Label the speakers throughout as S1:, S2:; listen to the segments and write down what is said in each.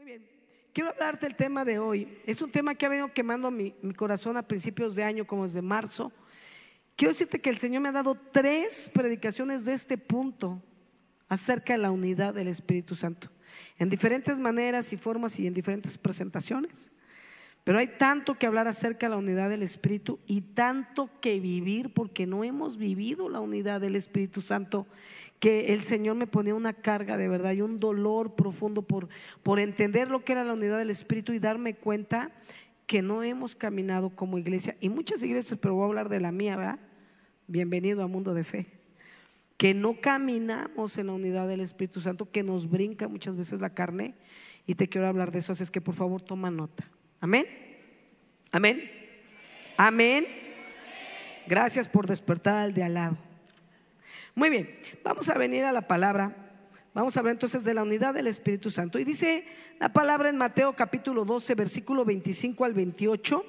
S1: Muy bien, quiero hablarte del tema de hoy. Es un tema que ha venido quemando mi corazón a principios de año, como desde marzo. Quiero decirte que el Señor me ha dado 3 predicaciones de este punto acerca de la unidad del Espíritu Santo, en diferentes maneras y formas y en diferentes presentaciones. Pero hay tanto que hablar acerca de la unidad del Espíritu y tanto que vivir, porque no hemos vivido la unidad del Espíritu Santo, que el Señor me ponía una carga de verdad y un dolor profundo por entender lo que era la unidad del Espíritu y darme cuenta que no hemos caminado como iglesia, y muchas iglesias, pero voy a hablar de la mía, ¿verdad? Bienvenido a Mundo de Fe. Que no caminamos en la unidad del Espíritu Santo, que nos brinca muchas veces la carne, y te quiero hablar de eso, así es que por favor toma nota. Amén. Amén. Amén. Gracias por despertar al de al lado. Muy bien, vamos a venir a la palabra. Vamos a hablar entonces de la unidad del Espíritu Santo. Y dice la palabra en Mateo capítulo 12, versículo 25 al 28.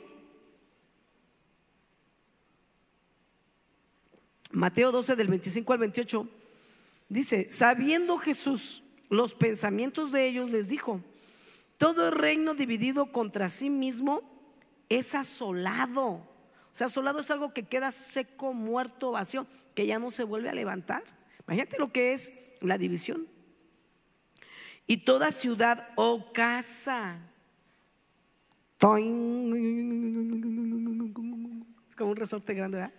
S1: Mateo 12 del 25 al 28 dice: sabiendo Jesús los pensamientos de ellos, les dijo: todo reino dividido contra sí mismo es asolado. O sea, asolado es algo que queda seco, muerto, vacío, que ya no se vuelve a levantar. Imagínate lo que es la división. Y toda ciudad o casa, es como un resorte grande, ¿verdad?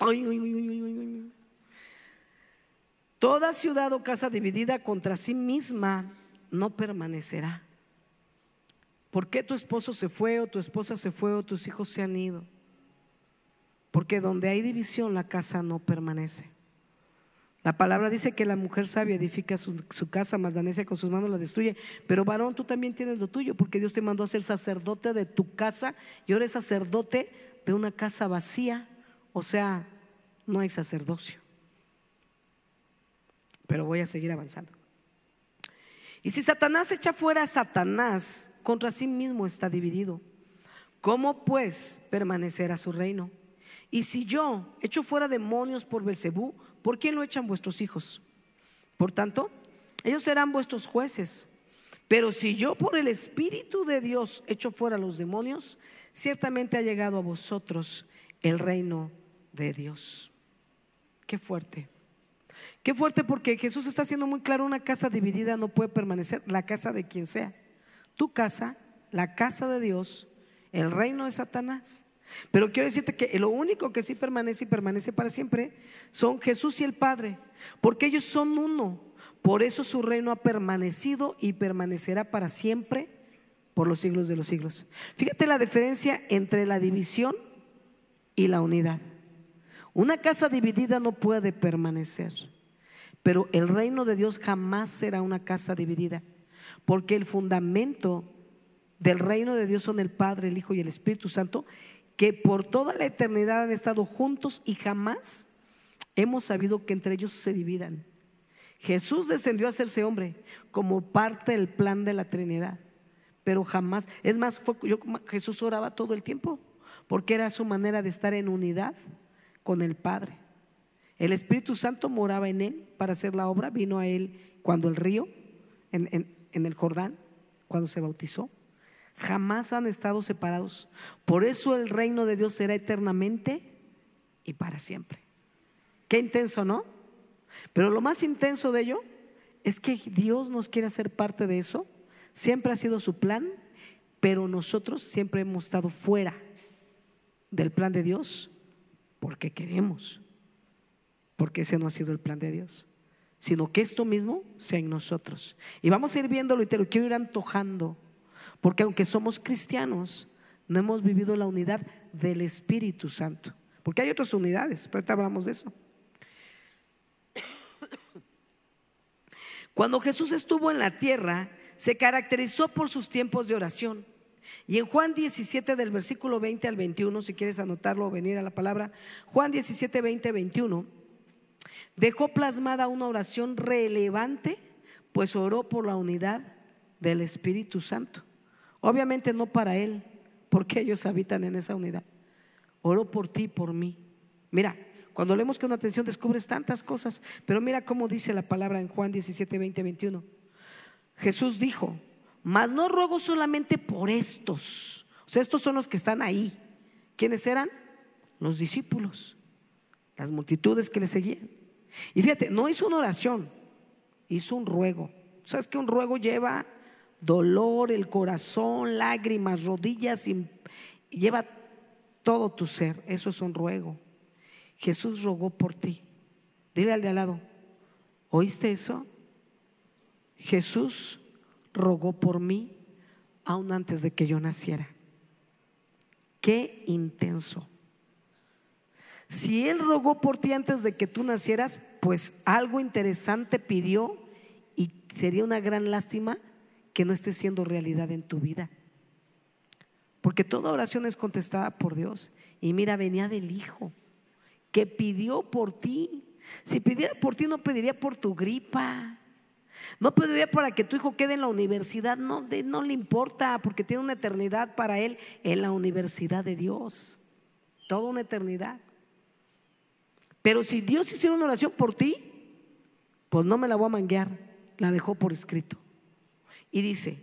S1: Toda ciudad o casa dividida contra sí misma no permanecerá. ¿Por qué tu esposo se fue o tu esposa se fue o tus hijos se han ido? Porque donde hay división la casa no permanece. La palabra dice que la mujer sabia edifica su casa, mas la necia con sus manos la destruye. Pero varón, tú también tienes lo tuyo, porque Dios te mandó a ser sacerdote de tu casa y ahora eres sacerdote de una casa vacía. O sea, no hay sacerdocio. Pero voy a seguir avanzando. Y si Satanás echa fuera a Satanás, contra sí mismo está dividido. ¿Cómo pues permanecerá su reino? Y si yo echo fuera demonios por Belcebú, ¿por quién lo echan vuestros hijos? Por tanto, ellos serán vuestros jueces. Pero si yo por el Espíritu de Dios echo fuera los demonios, ciertamente ha llegado a vosotros el reino de Dios. Qué fuerte. Qué fuerte, porque Jesús está haciendo muy claro: una casa dividida no puede permanecer, la casa de quien sea. Tu casa, la casa de Dios, el reino de Satanás. Pero quiero decirte que lo único que sí permanece y permanece para siempre son Jesús y el Padre, porque ellos son uno. Por eso su reino ha permanecido y permanecerá para siempre, por los siglos de los siglos. Fíjate la diferencia entre la división y la unidad. Una casa dividida no puede permanecer, pero el reino de Dios jamás será una casa dividida, porque el fundamento del reino de Dios son el Padre, el Hijo y el Espíritu Santo, que por toda la eternidad han estado juntos y jamás hemos sabido que entre ellos se dividan. Jesús descendió a hacerse hombre como parte del plan de la Trinidad, pero jamás, es más, Jesús oraba todo el tiempo, porque era su manera de estar en unidad con el Padre. El Espíritu Santo moraba en él para hacer la obra, vino a él cuando el río, en el Jordán, cuando se bautizó. Jamás han estado separados. Por eso el reino de Dios será eternamente y para siempre. Qué intenso, ¿no? Pero lo más intenso de ello es que Dios nos quiere hacer parte de eso. Siempre ha sido su plan, pero nosotros siempre hemos estado fuera del plan de Dios porque queremos, porque ese no ha sido el plan de Dios, sino que esto mismo sea en nosotros. Y vamos a ir viéndolo, y te lo quiero ir antojando, porque aunque somos cristianos, no hemos vivido la unidad del Espíritu Santo, porque hay otras unidades, pero ahorita hablamos de eso. Cuando Jesús estuvo en la tierra, se caracterizó por sus tiempos de oración. Y en Juan 17 del versículo 20 al 21, si quieres anotarlo o venir a la palabra, Juan 17, 20, 21, dejó plasmada una oración relevante, pues oró por la unidad del Espíritu Santo. Obviamente no para él, porque ellos habitan en esa unidad. Oró por ti y por mí. Mira, cuando leemos con atención descubres tantas cosas, pero mira cómo dice la palabra en Juan 17, 20, 21. Jesús dijo: mas no ruego solamente por estos. O sea, estos son los que están ahí. ¿Quiénes eran? Los discípulos, las multitudes que le seguían. Y fíjate, no hizo una oración, hizo un ruego. ¿Sabes que un ruego lleva dolor, el corazón, lágrimas, rodillas, lleva todo tu ser? Eso es un ruego. Jesús rogó por ti. Dile al de al lado, ¿oíste eso? Jesús rogó por mí aún antes de que yo naciera. Qué intenso. Si Él rogó por ti antes de que tú nacieras, pues algo interesante pidió, y sería una gran lástima que no esté siendo realidad en tu vida, porque toda oración es contestada por Dios. Y mira, venía del Hijo que pidió por ti. Si pidiera por ti, no pediría por tu gripa, no pediría para que tu hijo quede en la universidad. No le importa, porque tiene una eternidad para él en la universidad de Dios, toda una eternidad. Pero si Dios hiciera una oración por ti, pues no me la voy a manguear, la dejó por escrito. Y dice,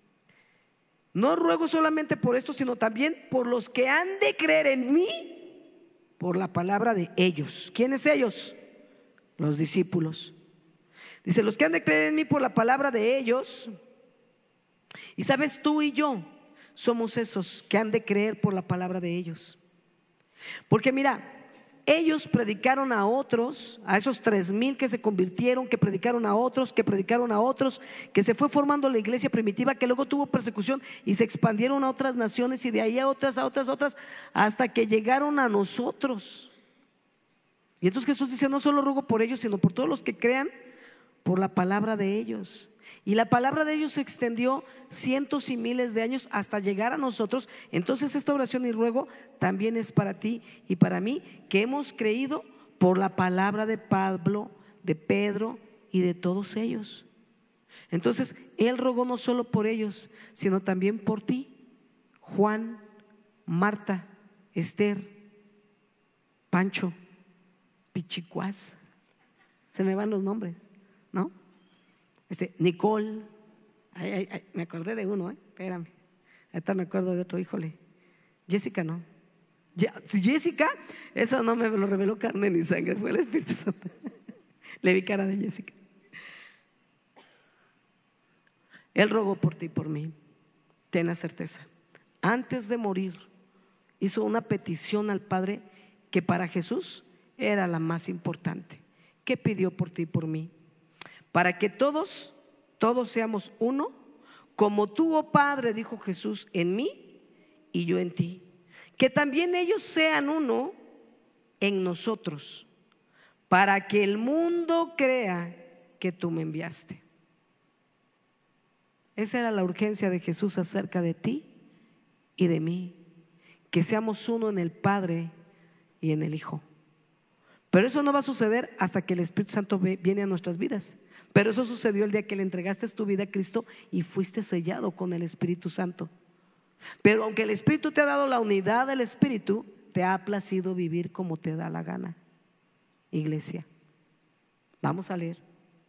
S1: no ruego solamente por esto, sino también por los que han de creer en mí por la palabra de ellos. ¿Quiénes ellos? Los discípulos. Dice, los que han de creer en mí por la palabra de ellos. Y sabes, tú y yo somos esos que han de creer por la palabra de ellos. Porque mira, ellos predicaron a otros, a esos 3,000 que se convirtieron, que predicaron a otros, que predicaron a otros, que se fue formando la iglesia primitiva, que luego tuvo persecución y se expandieron a otras naciones, y de ahí a otras, hasta que llegaron a nosotros. Y entonces Jesús dice, no solo ruego por ellos, sino por todos los que crean por la palabra de ellos. Y la palabra de ellos se extendió cientos y miles de años hasta llegar a nosotros. Entonces esta oración y ruego también es para ti y para mí, que hemos creído por la palabra de Pablo, de Pedro y de todos ellos. Entonces Él rogó no solo por ellos, sino también por ti, Juan, Marta, Esther, Pancho, Pichicuás. Se me van los nombres, ¿no? Nicole, me acordé de uno, espérame, ahorita me acuerdo de otro, híjole. Jessica, no. Jessica, eso no me lo reveló carne ni sangre, fue el Espíritu Santo. Le vi cara de Jessica. Él rogó por ti y por mí. Ten la certeza, antes de morir hizo una petición al Padre que para Jesús era la más importante. ¿Qué pidió por ti y por mí? Para que todos seamos uno, como tú, oh Padre, dijo Jesús, en mí y yo en ti. Que también ellos sean uno en nosotros, para que el mundo crea que tú me enviaste. Esa era la urgencia de Jesús acerca de ti y de mí, que seamos uno en el Padre y en el Hijo. Pero eso no va a suceder hasta que el Espíritu Santo viene a nuestras vidas. Pero eso sucedió el día que le entregaste tu vida a Cristo y fuiste sellado con el Espíritu Santo. Pero aunque el Espíritu te ha dado la unidad del Espíritu, te ha placido vivir como te da la gana. Iglesia, vamos a leer.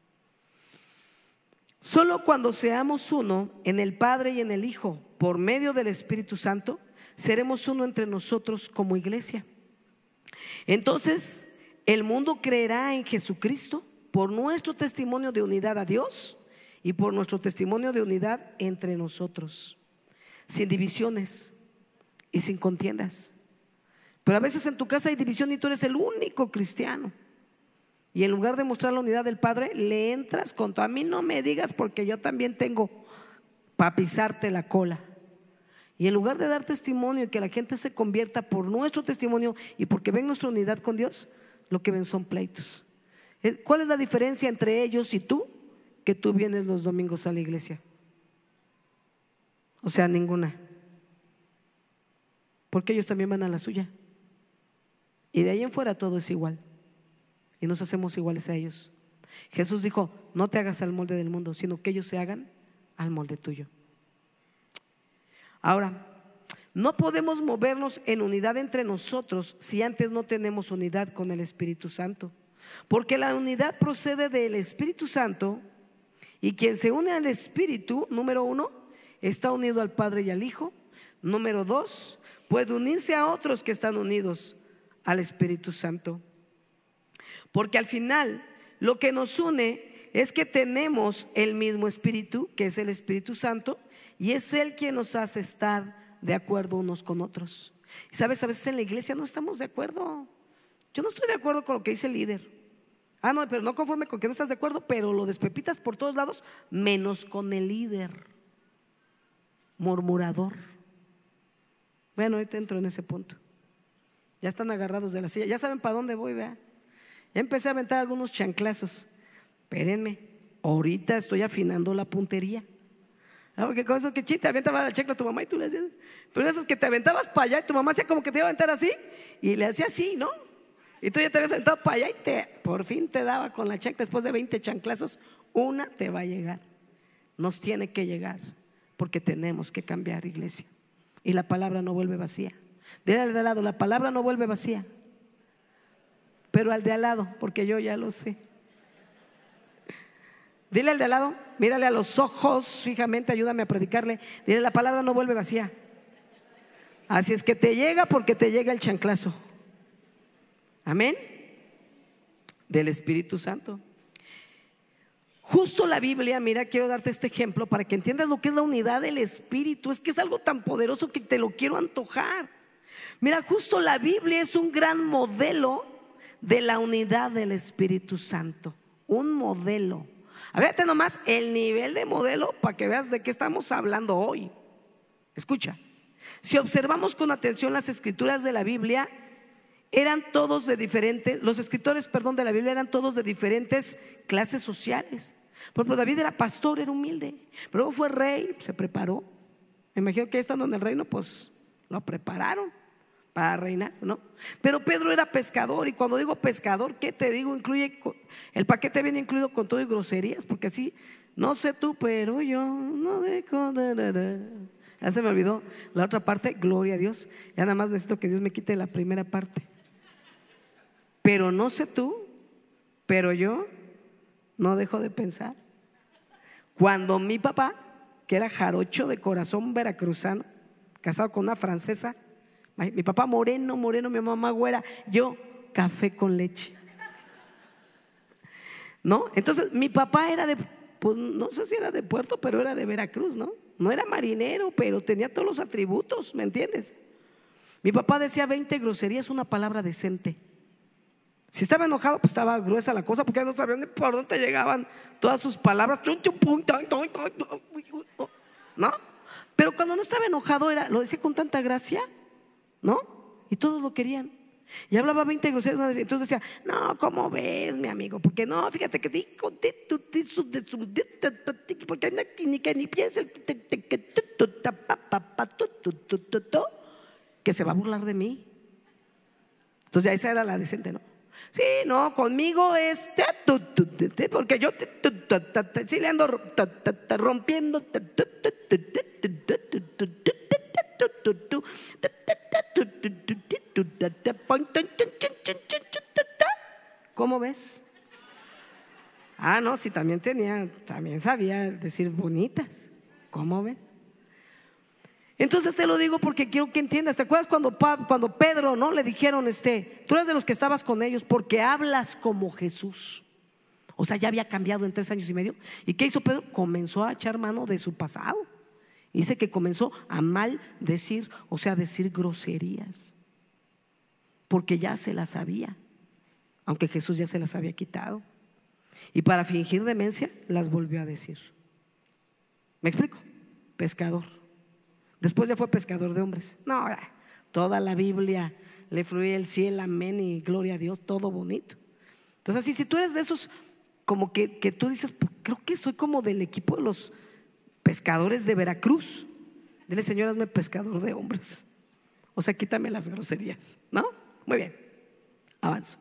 S1: Solo cuando seamos uno en el Padre y en el Hijo, por medio del Espíritu Santo, seremos uno entre nosotros como iglesia. Entonces el mundo creerá en Jesucristo por nuestro testimonio de unidad a Dios y por nuestro testimonio de unidad entre nosotros, sin divisiones y sin contiendas. Pero a veces en tu casa hay división y tú eres el único cristiano, y en lugar de mostrar la unidad del Padre, le entras con todo. A mí no me digas, porque yo también tengo para pisarte la cola. Y en lugar de dar testimonio y que la gente se convierta por nuestro testimonio y porque ven nuestra unidad con Dios, lo que ven son pleitos. ¿Cuál es la diferencia entre ellos y tú? Que tú vienes los domingos a la iglesia. O sea, ninguna. Porque ellos también van a la suya. Y de ahí en fuera todo es igual. Y nos hacemos iguales a ellos. Jesús dijo, no te hagas al molde del mundo, sino que ellos se hagan al molde tuyo. Ahora, no podemos movernos en unidad entre nosotros si antes no tenemos unidad con el Espíritu Santo. Porque la unidad procede del Espíritu Santo, Y quien se une al Espíritu, número 1, está unido al Padre y al Hijo. Número 2, puede unirse a otros que están unidos al Espíritu Santo. Porque al final lo que nos une es que tenemos el mismo Espíritu, que es el Espíritu Santo, y es Él quien nos hace estar de acuerdo unos con otros. Y sabes, a veces en la iglesia no estamos de acuerdo. Yo no estoy de acuerdo con lo que dice el líder. No, pero no conforme con que no estás de acuerdo, pero lo despepitas por todos lados, menos con el líder. Murmurador. Bueno, ahorita entro en ese punto. Ya están agarrados de la silla, ya saben para dónde voy, vea. Ya empecé a aventar algunos chanclazos. Espérenme, ahorita estoy afinando la puntería. Porque con eso que te aventaba la chancla a tu mamá y tú le hacías. Pero esas que te aventabas para allá y tu mamá hacía como que te iba a aventar así y le hacía así, ¿no? Y tú ya te habías aventado para allá y por fin te daba con la chancla. Después de 20 chanclazos, una te va a llegar. Nos tiene que llegar porque tenemos que cambiar, iglesia. Y la palabra no vuelve vacía. Dile al de al lado, la palabra no vuelve vacía. Pero al de al lado, porque yo ya lo sé. Dile al de al lado, mírale a los ojos fijamente, ayúdame a predicarle. Dile, la palabra no vuelve vacía. Así es que te llega porque te llega el chanclazo. Amén. Del Espíritu Santo. Justo la Biblia, mira, quiero darte este ejemplo para que entiendas lo que es la unidad del Espíritu. Es que es algo tan poderoso que te lo quiero antojar. Mira, justo la Biblia es un gran modelo de la unidad del Espíritu Santo. Un modelo. A ver, nomás el nivel de modelo para que veas de qué estamos hablando hoy. Escucha, si observamos con atención las escrituras de la Biblia, eran todos de diferentes, los escritores, de la Biblia eran todos de diferentes clases sociales. Por ejemplo, David era pastor, era humilde, pero luego fue rey, se preparó. Me imagino que ahí estando en el reino, pues lo prepararon para reinar, ¿no? Pero Pedro era pescador, y cuando digo pescador, ¿qué te digo? Incluye, el paquete viene incluido con todo y groserías, porque así, no sé tú, pero yo no dejo de. Ya se me olvidó la otra parte, gloria a Dios. Ya nada más necesito que Dios me quite la primera parte. Pero no sé tú, pero yo no dejo de pensar. Cuando mi papá, que era jarocho de corazón veracruzano, casado con una francesa, mi papá moreno, mi mamá güera, yo café con leche, ¿no? Entonces mi papá era de, pues no sé si era de Puerto, pero era de Veracruz, ¿no? No era marinero, pero tenía todos los atributos, ¿me entiendes? Mi papá decía 20 groserías, una palabra decente. Si estaba enojado, pues estaba gruesa la cosa, porque no sabían por dónde llegaban todas sus palabras, ¿no? Pero cuando no estaba enojado, lo decía con tanta gracia, ¿no? Y todos lo querían. Y hablaba 20 groserías, entonces decía, no, ¿cómo ves, mi amigo? Porque no, fíjate que porque ni piensa que se va a burlar de mí. Entonces ya esa era la decente, ¿no? Sí, no, conmigo es porque yo sí le ando rompiendo. ¿Cómo ves? No, sí, también sabía decir bonitas. ¿Cómo ves? Entonces te lo digo porque quiero que entiendas. ¿Te acuerdas cuando Pedro, ¿no? Le dijeron, tú eres de los que estabas con ellos porque hablas como Jesús? O sea, ya había cambiado en 3 años y medio. ¿Y qué hizo Pedro? Comenzó a echar mano de su pasado. Dice que comenzó a maldecir, o sea, decir groserías, porque ya se las sabía, aunque Jesús ya se las había quitado. Y para fingir demencia las volvió a decir. ¿Me explico? Pescador. Después ya fue pescador de hombres. No, toda la Biblia le fluye el cielo, amén y gloria a Dios, todo bonito. Entonces, así, si tú eres de esos, como que tú dices, pues, creo que soy como del equipo de los pescadores de Veracruz. Dile, Señor, hazme pescador de hombres. O sea, quítame las groserías, ¿no? Muy bien, avanzo.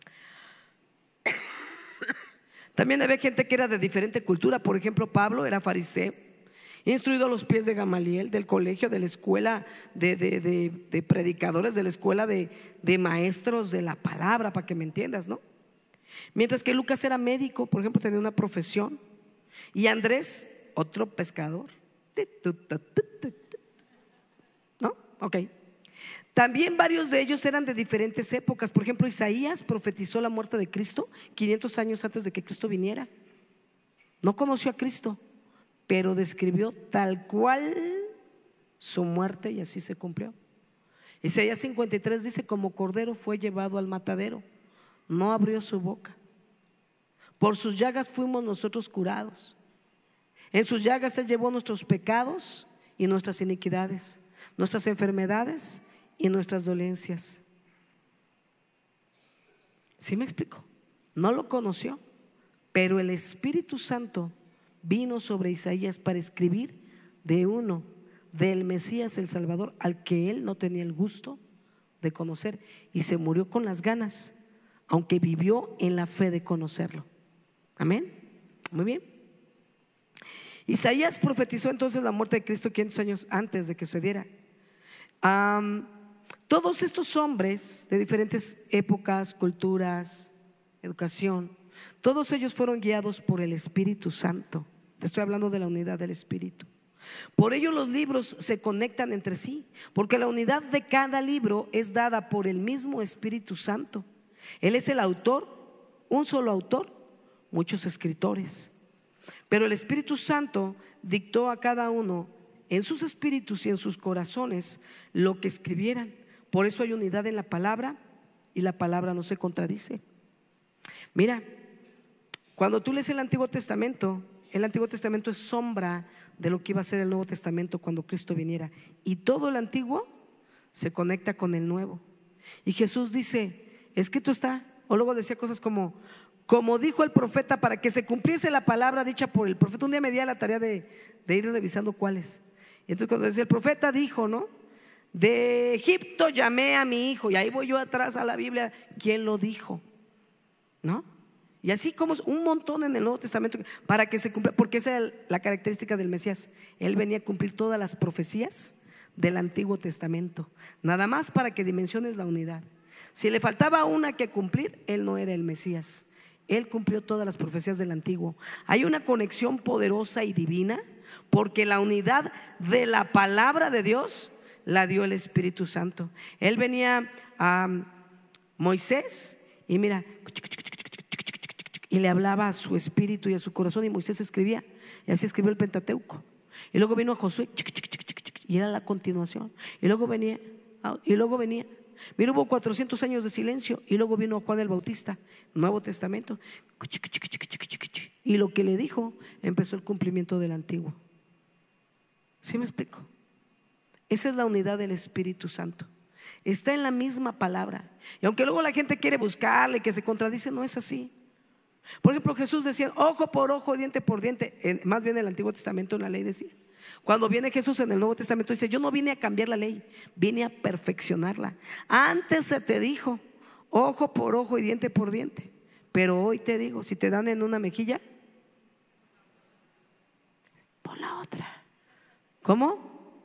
S1: También había gente que era de diferente cultura. Por ejemplo, Pablo era fariseo, instruido a los pies de Gamaliel, del colegio, de la escuela de predicadores, de la escuela de maestros de la palabra, para que me entiendas, ¿no? Mientras que Lucas era médico, por ejemplo, tenía una profesión. y Andrés, otro pescador. ¿No? Ok. También varios de ellos eran de diferentes épocas. Por ejemplo, Isaías profetizó la muerte de Cristo 500 años antes de que Cristo viniera. No conoció a Cristo, pero describió tal cual su muerte y así se cumplió. Isaías 53 dice: como cordero fue llevado al matadero, no abrió su boca. Por sus llagas fuimos nosotros curados. En sus llagas Él llevó nuestros pecados y nuestras iniquidades, nuestras enfermedades y nuestras dolencias. ¿Sí me explico? No lo conoció, pero el Espíritu Santo vino sobre Isaías para escribir de uno, del Mesías, el Salvador, al que él no tenía el gusto de conocer, y se murió con las ganas, aunque vivió en la fe de conocerlo. Amén. Muy bien. Isaías profetizó entonces la muerte de Cristo 500 años antes de que sucediera. Todos estos hombres de diferentes épocas, culturas, educación, todos ellos fueron guiados por el Espíritu Santo. Te estoy hablando de la unidad del Espíritu. Por ello los libros se conectan entre sí, porque la unidad de cada libro es dada por el mismo Espíritu Santo. Él es el autor, un solo autor, muchos escritores. Pero el Espíritu Santo dictó a cada uno en sus espíritus y en sus corazones lo que escribieran. Por eso hay unidad en la palabra y la palabra no se contradice. Mira, cuando tú lees el Antiguo Testamento es sombra de lo que iba a ser el Nuevo Testamento cuando Cristo viniera. Y todo el Antiguo se conecta con el Nuevo. Y Jesús dice: escrito está. O luego decía cosas como dijo el profeta, para que se cumpliese la palabra dicha por el profeta. Un día me di a la tarea de ir revisando cuáles. Y entonces cuando decía el profeta dijo, ¿no? De Egipto llamé a mi hijo. Y ahí voy yo atrás a la Biblia, ¿quién lo dijo? ¿No? Y así como un montón en el Nuevo Testamento para que se cumpla, porque esa es la característica del Mesías. Él venía a cumplir todas las profecías del Antiguo Testamento, nada más para que dimensiones la unidad. Si le faltaba una que cumplir, él no era el Mesías. Él cumplió todas las profecías del Antiguo. Hay una conexión poderosa y divina, porque la unidad de la palabra de Dios la dio el Espíritu Santo. Él venía a Moisés y mira, y le hablaba a su espíritu y a su corazón, y Moisés escribía, y así escribió el Pentateuco. Y luego vino a Josué, y era la continuación. Y luego venía. Mira, hubo 400 años de silencio, y luego vino Juan el Bautista, Nuevo Testamento, y lo que le dijo empezó el cumplimiento del Antiguo. ¿Sí me explico? Esa es la unidad del Espíritu Santo. Está en la misma palabra. Y aunque luego la gente quiere buscarle, que se contradice, no es así. Por ejemplo, Jesús decía ojo por ojo, diente por diente. Más bien en el Antiguo Testamento una ley decía. Cuando viene Jesús en el Nuevo Testamento dice: yo no vine a cambiar la ley, vine a perfeccionarla. Antes se te dijo ojo por ojo y diente por diente, pero hoy te digo, si te dan en una mejilla, pon la otra. ¿Cómo?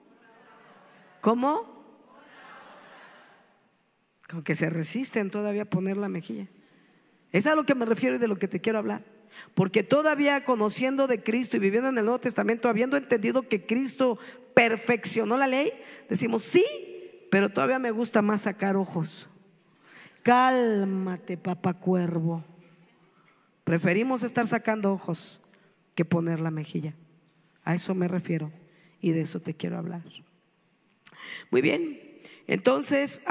S1: Como que se resisten todavía a poner la mejilla. Es a lo que me refiero y de lo que te quiero hablar. Porque todavía conociendo de Cristo y viviendo en el Nuevo Testamento, habiendo entendido que Cristo perfeccionó la ley, decimos sí, pero todavía me gusta más sacar ojos. Cálmate, papá cuervo. Preferimos estar sacando ojos que poner la mejilla. A eso me refiero y de eso te quiero hablar. Muy bien, entonces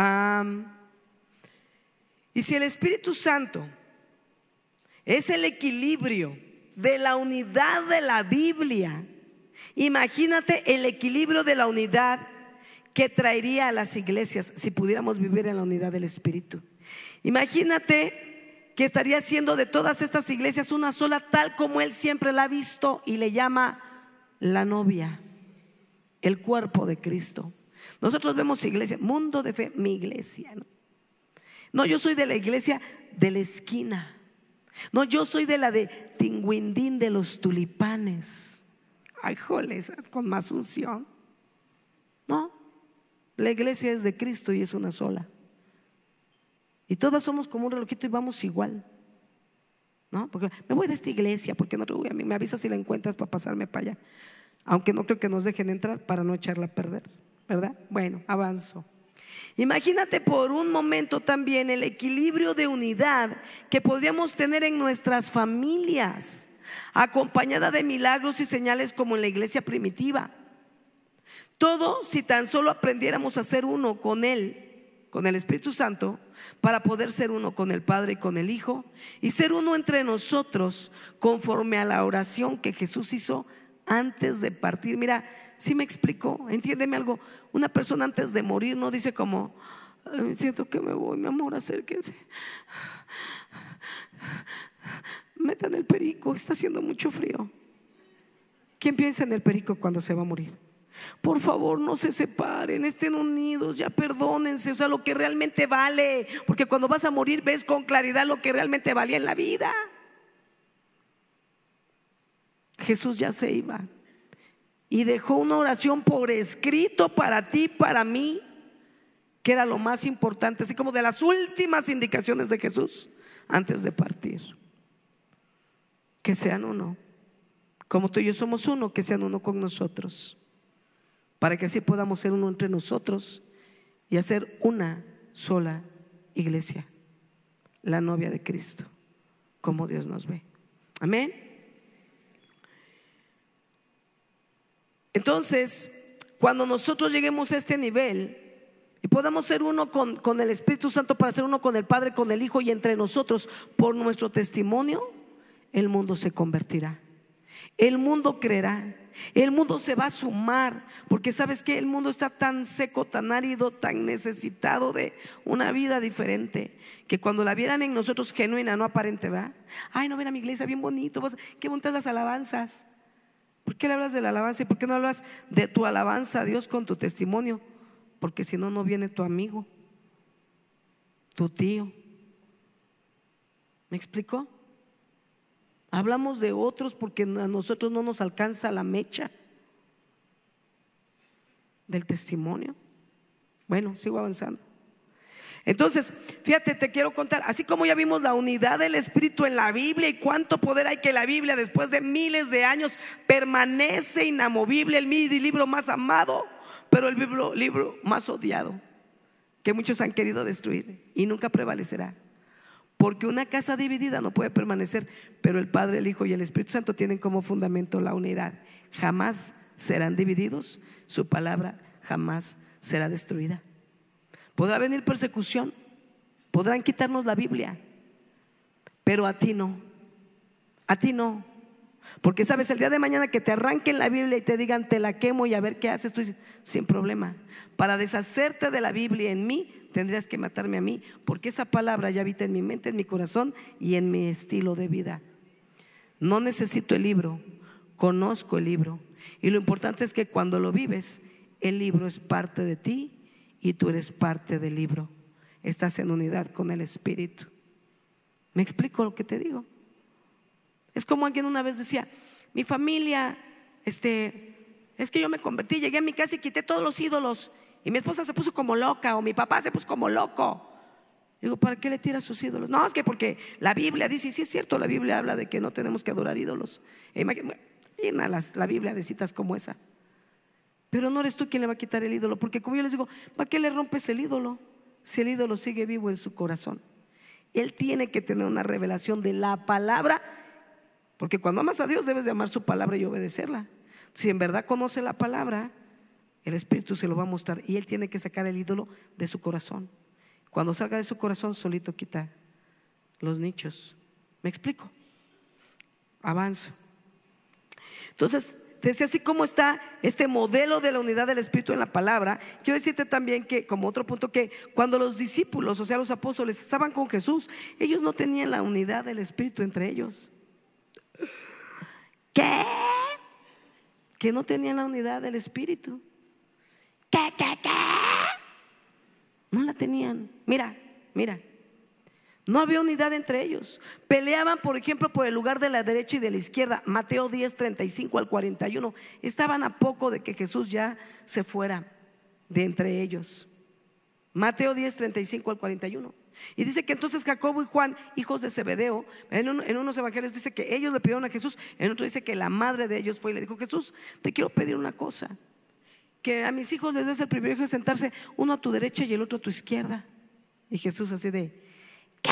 S1: y si el Espíritu Santo es el equilibrio de la unidad de la Biblia, imagínate el equilibrio de la unidad que traería a las iglesias si pudiéramos vivir en la unidad del Espíritu. Imagínate que estaría haciendo de todas estas iglesias una sola, tal como Él siempre la ha visto y le llama la novia, el cuerpo de Cristo. Nosotros vemos iglesia, Mundo de Fe, mi iglesia. No, yo soy de la iglesia de la esquina. No, yo soy de la de Tinguindín de los Tulipanes. Ay, joles, con más unción. No, la iglesia es de Cristo y es una sola. Y todas somos como un relojito y vamos igual. ¿no? Porque me voy de esta iglesia, porque no te voy a mí, me avisas si la encuentras para pasarme para allá. Aunque no creo que nos dejen entrar para no echarla a perder, ¿verdad? Bueno, avanzo. Imagínate por un momento también el equilibrio de unidad que podríamos tener en nuestras familias, acompañada de milagros y señales como en la iglesia primitiva. Todo si tan solo aprendiéramos a ser uno con Él, con el Espíritu Santo, para poder ser uno con el Padre y con el Hijo, y ser uno entre nosotros conforme a la oración que Jesús hizo antes de partir. Mira, ¿sí me explicó? Entiéndeme algo. Una persona antes de morir no dice como: siento que me voy, mi amor, acérquense, metan el perico, está haciendo mucho frío. ¿Quién piensa en el perico cuando se va a morir? Por favor, no se separen, estén unidos, ya perdónense. O sea, lo que realmente vale, porque cuando vas a morir ves con claridad lo que realmente valía en la vida. Jesús ya se iba y dejó una oración por escrito para ti, para mí, que era lo más importante, así como de las últimas indicaciones de Jesús antes de partir: que sean uno, como tú y yo somos uno, que sean uno con nosotros, para que así podamos ser uno entre nosotros y hacer una sola iglesia, la novia de Cristo, como Dios nos ve. Amén. Entonces, cuando nosotros lleguemos a este nivel y podamos ser uno con el Espíritu Santo, para ser uno con el Padre, con el Hijo y entre nosotros, por nuestro testimonio, el mundo se convertirá, el mundo creerá, el mundo se va a sumar, porque sabes que el mundo está tan seco, tan árido, tan necesitado de una vida diferente, que cuando la vieran en nosotros genuina, no aparente, ¿verdad? Ay, no, ven a mi iglesia, bien bonito, qué bonitas las alabanzas. ¿Por qué le hablas de la alabanza y por qué no hablas de tu alabanza a Dios con tu testimonio? Porque si no, no viene tu amigo, tu tío. ¿Me explicó? Hablamos de otros porque a nosotros no nos alcanza la mecha del testimonio. Bueno, sigo avanzando. Entonces, fíjate, te quiero contar, así como ya vimos la unidad del Espíritu en la Biblia y cuánto poder hay, que la Biblia después de miles de años permanece inamovible, el libro más amado, pero el libro más odiado, que muchos han querido destruir y nunca prevalecerá. Porque una casa dividida no puede permanecer, pero el Padre, el Hijo y el Espíritu Santo tienen como fundamento la unidad. Jamás serán divididos, su palabra jamás será destruida. Podrá venir persecución, podrán quitarnos la Biblia, pero a ti no, a ti no. Porque sabes, el día de mañana que te arranquen la Biblia y te digan: te la quemo y a ver qué haces, tú dices: sin problema. Para deshacerte de la Biblia en mí, tendrías que matarme a mí, porque esa palabra ya habita en mi mente, en mi corazón y en mi estilo de vida. No necesito el libro, conozco el libro. Y lo importante es que cuando lo vives, el libro es parte de ti y tú eres parte del libro. Estás en unidad con el Espíritu. ¿Me explico lo que te digo? Es como alguien una vez decía: mi familia, es que yo me convertí, llegué a mi casa y quité todos los ídolos, y mi esposa se puso como loca, o mi papá se puso como loco. Digo: ¿para qué le tiras sus ídolos? No, es que porque la Biblia dice, y sí es cierto, la Biblia habla de que no tenemos que adorar ídolos. Llena la Biblia de citas como esa. Pero no eres tú quien le va a quitar el ídolo, porque como yo les digo, ¿para qué le rompes el ídolo? Si el ídolo sigue vivo en su corazón. Él tiene que tener una revelación de la palabra, porque cuando amas a Dios debes de amar su palabra y obedecerla. Si en verdad conoce la palabra, el Espíritu se lo va a mostrar y él tiene que sacar el ídolo de su corazón. Cuando salga de su corazón, solito quita los nichos. ¿Me explico? Avanzo. Entonces, te decía, así como está este modelo de la unidad del Espíritu en la palabra, quiero decirte también que, como otro punto, que cuando los discípulos, o sea los apóstoles, estaban con Jesús, ellos no tenían la unidad del Espíritu entre ellos. ¿Qué? Que no tenían la unidad del Espíritu. ¿Qué? No la tenían. Mira, no había unidad entre ellos. Peleaban, por ejemplo, por el lugar de la derecha y de la izquierda. Mateo 10, 35 al 41. Estaban a poco de que Jesús ya se fuera de entre ellos. Mateo 10, 35 al 41. Y dice que entonces Jacobo y Juan, hijos de Zebedeo, en unos evangelios dice que ellos le pidieron a Jesús, en otro dice que la madre de ellos fue y le dijo: Jesús, te quiero pedir una cosa, que a mis hijos les des el privilegio de sentarse, uno a tu derecha y el otro a tu izquierda. Y Jesús así de ¿qué?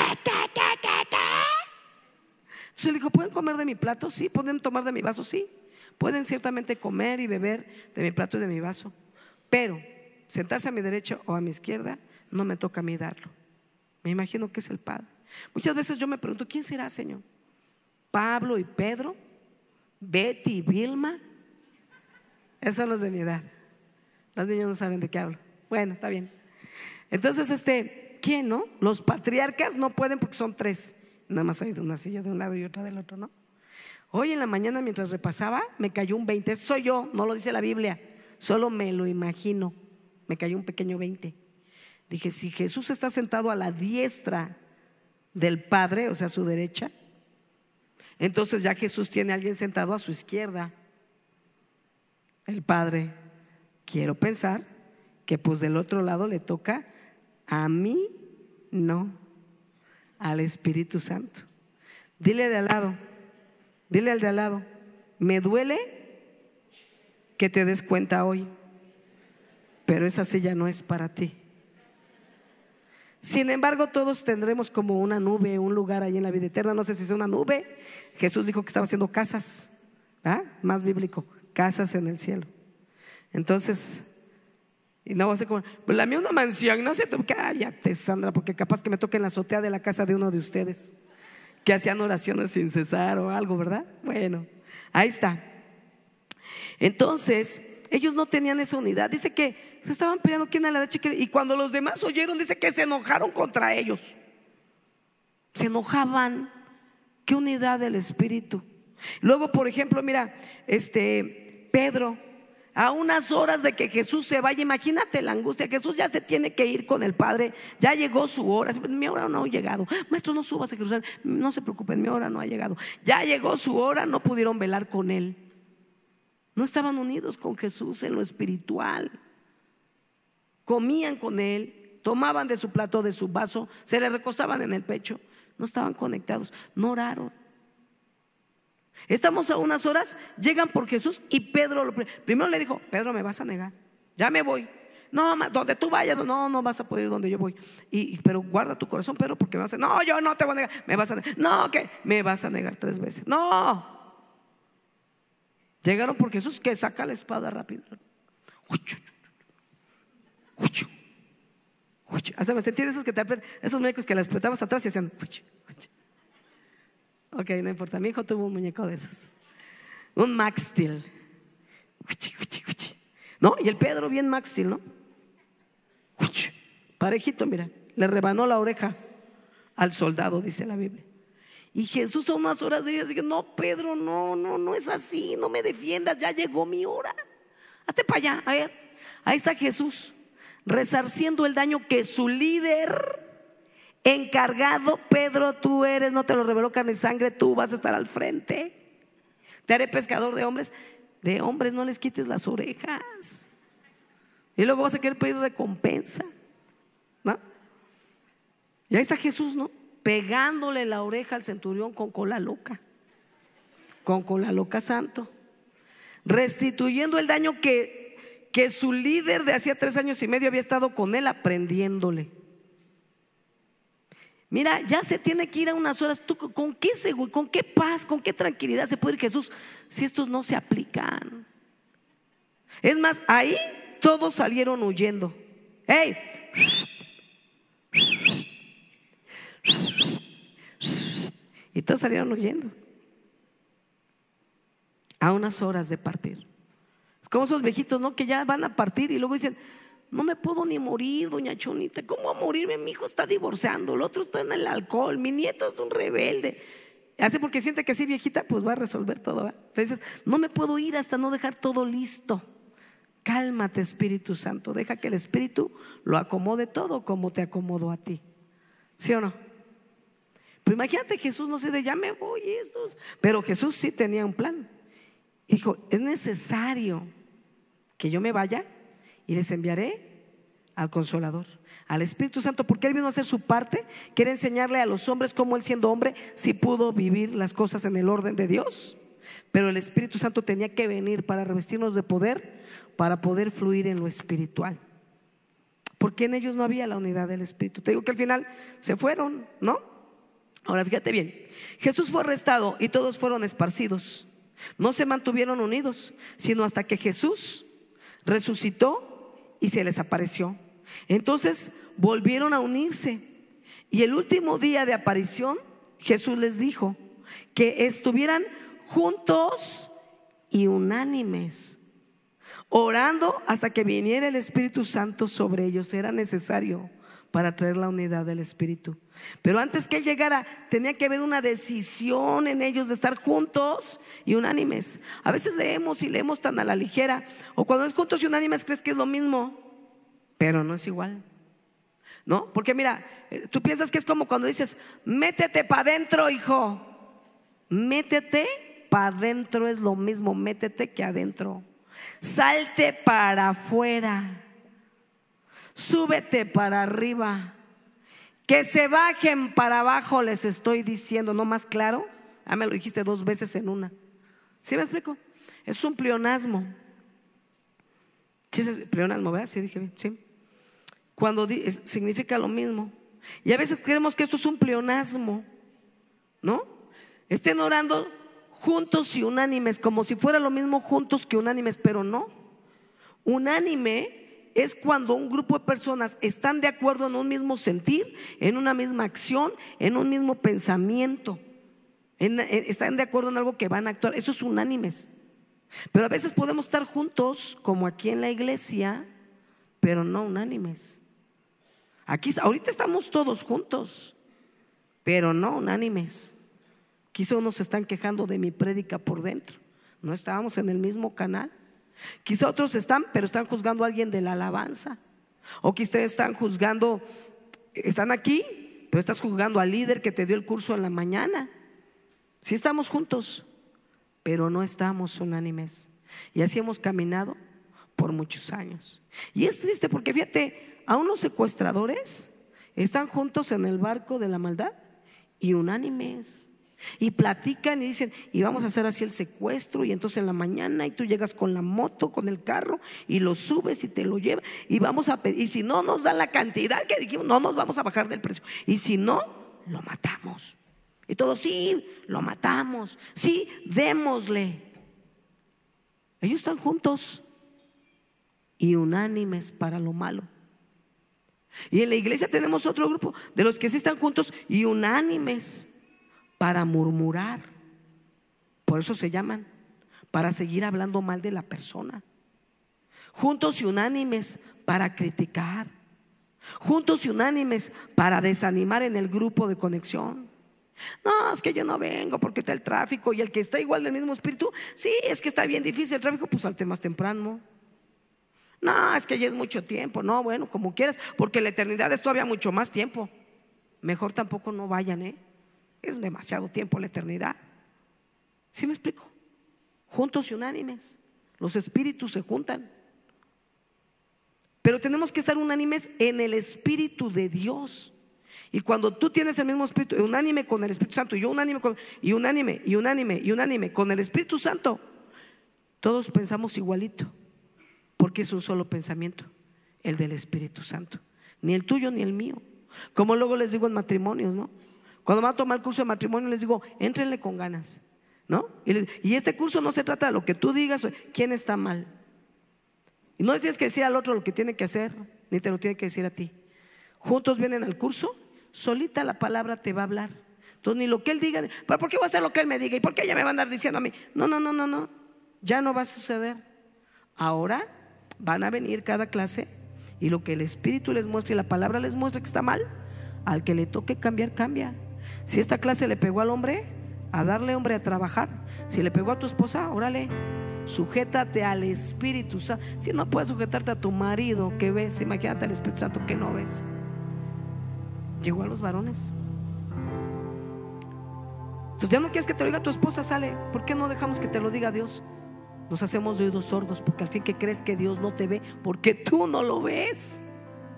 S1: Entonces le dijo: ¿pueden comer de mi plato? Sí. ¿Pueden tomar de mi vaso? Sí. Pueden ciertamente comer y beber de mi plato y de mi vaso, pero sentarse a mi derecha o a mi izquierda no me toca a mí darlo. Me imagino que es el Padre. Muchas veces yo me pregunto: ¿quién será, Señor? ¿Pablo y Pedro? ¿Betty y Vilma? Esos son los de mi edad. Los niños no saben de qué hablo. Bueno, está bien. Entonces, ¿quién, no? Los patriarcas no pueden porque son 3. Nada más hay una silla de un lado y otra del otro, ¿no? Hoy en la mañana, mientras repasaba, me cayó un 20. Ese soy yo, no lo dice la Biblia, solo me lo imagino. Me cayó un pequeño 20. Dije: si Jesús está sentado a la diestra del Padre, o sea, a su derecha, entonces ya Jesús tiene a alguien sentado a su izquierda, el Padre. Quiero pensar que pues del otro lado le toca a mí, no, al Espíritu Santo. Dile al de al lado: me duele que te des cuenta hoy, pero esa silla no es para ti. Sin embargo, todos tendremos como una nube, un lugar ahí en la vida eterna. No sé si es una nube. Jesús dijo que estaba haciendo casas, más bíblico, casas en el cielo. Entonces, y no va a ser como: pues la mía una mansión, no sé, cállate, Sandra, porque capaz que me toque en la azotea de la casa de uno de ustedes que hacían oraciones sin cesar o algo, ¿verdad? Bueno, ahí está. Entonces, ellos no tenían esa unidad. Dice que se estaban peleando quién a la derecha, y cuando los demás oyeron, dice que se enojaron contra ellos. Se enojaban. Qué unidad del Espíritu. Luego, por ejemplo, mira, Pedro, a unas horas de que Jesús se vaya, imagínate la angustia. Jesús ya se tiene que ir con el Padre, ya llegó su hora. Mi hora no ha llegado, maestro, no subas a Jerusalén, no se preocupen, mi hora no ha llegado. Ya llegó su hora, no pudieron velar con él. No estaban unidos con Jesús en lo espiritual. Comían con él, tomaban de su plato, de su vaso, se le recostaban en el pecho. No estaban conectados, no oraron. Estamos a unas horas, llegan por Jesús y Pedro primero le dijo: Pedro, me vas a negar, ya me voy. No, donde tú vayas, no vas a poder ir donde yo voy. Pero guarda tu corazón, Pedro, porque me vas a negar. No, yo no te voy a negar, me vas a negar. No, que me vas a negar 3 veces. No. Llegaron por Jesús, que saca la espada rápido. Hasta me sentí de esos esos muñecos que les apretabas atrás y hacían. Ok, no importa, mi hijo tuvo un muñeco de esos, un Max Steel, ¿no? Y el Pedro bien Max Steel, ¿no? Parejito, mira, le rebanó la oreja al soldado, dice la Biblia. Y Jesús a unas horas de ellas dice: no, Pedro, no es así, no me defiendas, ya llegó mi hora. Hazte para allá, a ver. Ahí está Jesús resarciendo el daño que su líder encargado: Pedro, tú eres, no te lo reveló carne y sangre, tú vas a estar al frente, te haré pescador de hombres. De hombres no les quites las orejas, y luego vas a querer pedir recompensa, ¿no? Y ahí está Jesús, ¿no? Pegándole la oreja al centurión con cola loca santo, restituyendo el daño que su líder de hacía 3 años y medio había estado con él aprendiéndole. Mira, ya se tiene que ir a unas horas. ¿Tú con qué seguro, con qué paz, con qué tranquilidad se puede ir Jesús si estos no se aplican? Es más, ahí todos salieron huyendo. ¡Hey! Y todos salieron huyendo a unas horas de partir. Es como esos viejitos, ¿no? Que ya van a partir y luego dicen: no me puedo ni morir, doña Chonita. ¿Cómo a morirme? Mi hijo está divorciando, el otro está en el alcohol, mi nieto es un rebelde. Hace porque siente que sí, viejita, pues va a resolver todo, ¿verdad? Entonces, no me puedo ir hasta no dejar todo listo. Cálmate, Espíritu Santo, deja que el Espíritu lo acomode todo como te acomodó a ti. ¿Sí o no? Pero imagínate, Jesús no sé de ya me voy estos. Pero Jesús sí tenía un plan. Dijo: es necesario que yo me vaya y les enviaré al Consolador, al Espíritu Santo, porque Él vino a hacer su parte, quiere enseñarle a los hombres cómo Él, siendo hombre, sí pudo vivir las cosas en el orden de Dios. Pero el Espíritu Santo tenía que venir para revestirnos de poder, para poder fluir en lo espiritual, porque en ellos no había la unidad del Espíritu. Te digo que al final se fueron, ¿no? Ahora fíjate bien, Jesús fue arrestado y todos fueron esparcidos. No se mantuvieron unidos, sino hasta que Jesús resucitó y se les apareció. Entonces volvieron a unirse, y el último día de aparición Jesús les dijo que estuvieran juntos y unánimes, orando hasta que viniera el Espíritu Santo sobre ellos. Era necesario para traer la unidad del Espíritu. Pero antes que Él llegara, tenía que haber una decisión en ellos de estar juntos y unánimes. A veces leemos y leemos tan a la ligera, o cuando es juntos y unánimes crees que es lo mismo, pero no es igual, ¿no? Porque mira, tú piensas que es como cuando dices: métete para adentro, hijo. Métete para adentro es lo mismo, métete que adentro. Salte para afuera, súbete para arriba, que se bajen para abajo, les estoy diciendo. ¿No más claro? Me lo dijiste 2 veces en una. ¿Sí me explico? Es un pleonasmo. Sí, es pleonasmo, ¿verdad? Sí, dije bien, sí. Cuando significa lo mismo. Y a veces creemos que esto es un pleonasmo, ¿no? Estén orando juntos y unánimes, como si fuera lo mismo juntos que unánimes, pero no. Unánime es cuando un grupo de personas están de acuerdo en un mismo sentir, en una misma acción, en un mismo pensamiento, están de acuerdo en algo que van a actuar. Eso es unánimes. Pero a veces podemos estar juntos, como aquí en la iglesia, pero no unánimes. Aquí ahorita estamos todos juntos, pero no unánimes. Quizá unos se están quejando de mi prédica por dentro. No estábamos en el mismo canal. Quizá otros están, pero están juzgando a alguien de la alabanza. O quizá están juzgando, están aquí, pero estás juzgando al líder que te dio el curso en la mañana. Sí estamos juntos, pero no estamos unánimes. Y así hemos caminado por muchos años. Y es triste porque fíjate, aún los secuestradores están juntos en el barco de la maldad y unánimes. Y platican y dicen: y vamos a hacer así el secuestro, y entonces en la mañana, y tú llegas con la moto, con el carro, y lo subes y te lo llevas, y vamos a pedir, y si no nos dan la cantidad que dijimos, no nos vamos a bajar del precio, y si no, lo matamos. Y todos: sí, lo matamos, sí, démosle. Ellos están juntos y unánimes para lo malo. Y en la iglesia tenemos otro grupo de los que sí están juntos y unánimes para murmurar. Por eso se llaman, para seguir hablando mal de la persona. Juntos y unánimes para criticar. Juntos y unánimes para desanimar en el grupo de conexión. No, es que yo no vengo porque está el tráfico. Y el que está igual del mismo espíritu: sí, es que está bien difícil el tráfico, pues salte más temprano. No, es que ya es mucho tiempo. No, bueno, como quieras, porque la eternidad es todavía mucho más tiempo. Mejor tampoco no vayan, es demasiado tiempo la eternidad. ¿Sí me explico? Juntos y unánimes, los espíritus se juntan. Pero tenemos que estar unánimes en el Espíritu de Dios. Y cuando tú tienes el mismo espíritu, unánime con el Espíritu Santo, y yo unánime con el Espíritu Santo, todos pensamos igualito, porque es un solo pensamiento, el del Espíritu Santo. Ni el tuyo ni el mío. Como luego les digo en matrimonios, ¿no? Cuando van a tomar el curso de matrimonio les digo: éntrenle con ganas, ¿no? Y este curso no se trata de lo que tú digas, quién está mal. Y no le tienes que decir al otro lo que tiene que hacer, ni te lo tiene que decir a ti. Juntos vienen al curso, solita la palabra te va a hablar. Entonces ni lo que él diga, ¿pero por qué voy a hacer lo que él me diga? ¿Y por qué ella me va a andar diciendo a mí? No, ya no va a suceder. Ahora van a venir cada clase, y lo que el Espíritu les muestre y la palabra les muestre que está mal, al que le toque cambiar, cambia. Si esta clase le pegó al hombre, a darle, hombre, a trabajar. Si le pegó a tu esposa, órale, sujétate al Espíritu Santo. Si no puedes sujetarte a tu marido que ves, imagínate al Espíritu Santo que no ves. Llegó a los varones. Entonces ya no quieres que te lo diga tu esposa, sale. ¿Por qué no dejamos que te lo diga Dios? Nos hacemos de oídos sordos, porque al fin que crees que Dios no te ve, porque tú no lo ves.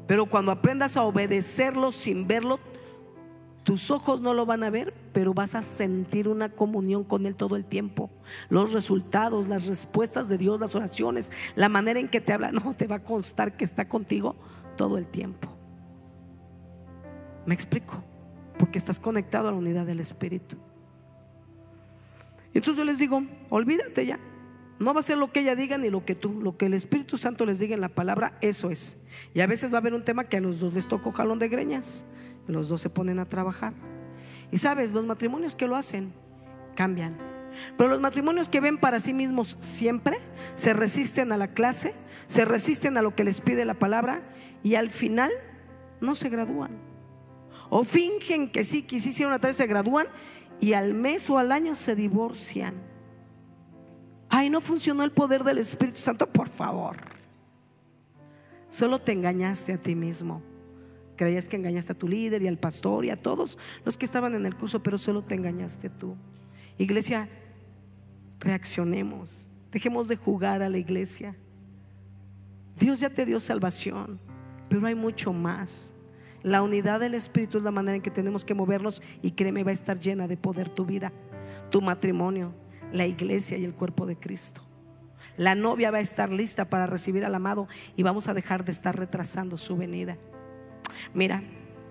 S1: pero cuando aprendas a obedecerlo sin verlo, tus ojos no lo van a ver, pero vas a sentir una comunión con Él todo el tiempo. Los resultados, las respuestas de Dios, las oraciones, la manera en que te habla, no te va a constar que está contigo todo el tiempo. ¿Me explico? Porque estás conectado a la unidad del Espíritu. Entonces yo les digo, olvídate ya. No va a ser lo que ella diga ni lo que tú, lo que el Espíritu Santo les diga en la palabra, eso es. Y a veces va a haber un tema que a los dos les tocó jalón de greñas, los dos se ponen a trabajar. Y sabes, los matrimonios que lo hacen cambian, pero los matrimonios que ven para sí mismos siempre se resisten a la clase, se resisten a lo que les pide la palabra, y al final no se gradúan, o fingen que sí hicieron la tarea, se gradúan y al mes o al año se divorcian. Ay, no funcionó el poder del Espíritu Santo. Por favor, solo te engañaste a ti mismo. Creías que engañaste a tu líder y al pastor y a todos los que estaban en el curso, pero solo te engañaste tú. Iglesia, reaccionemos, dejemos de jugar a la iglesia. Dios ya te dio salvación, pero hay mucho más. La unidad del Espíritu es la manera en que tenemos que movernos, y créeme, va a estar llena de poder tu vida, tu matrimonio, la iglesia y el cuerpo de Cristo. La novia va a estar lista para recibir al amado, y vamos a dejar de estar retrasando su venida. Mira,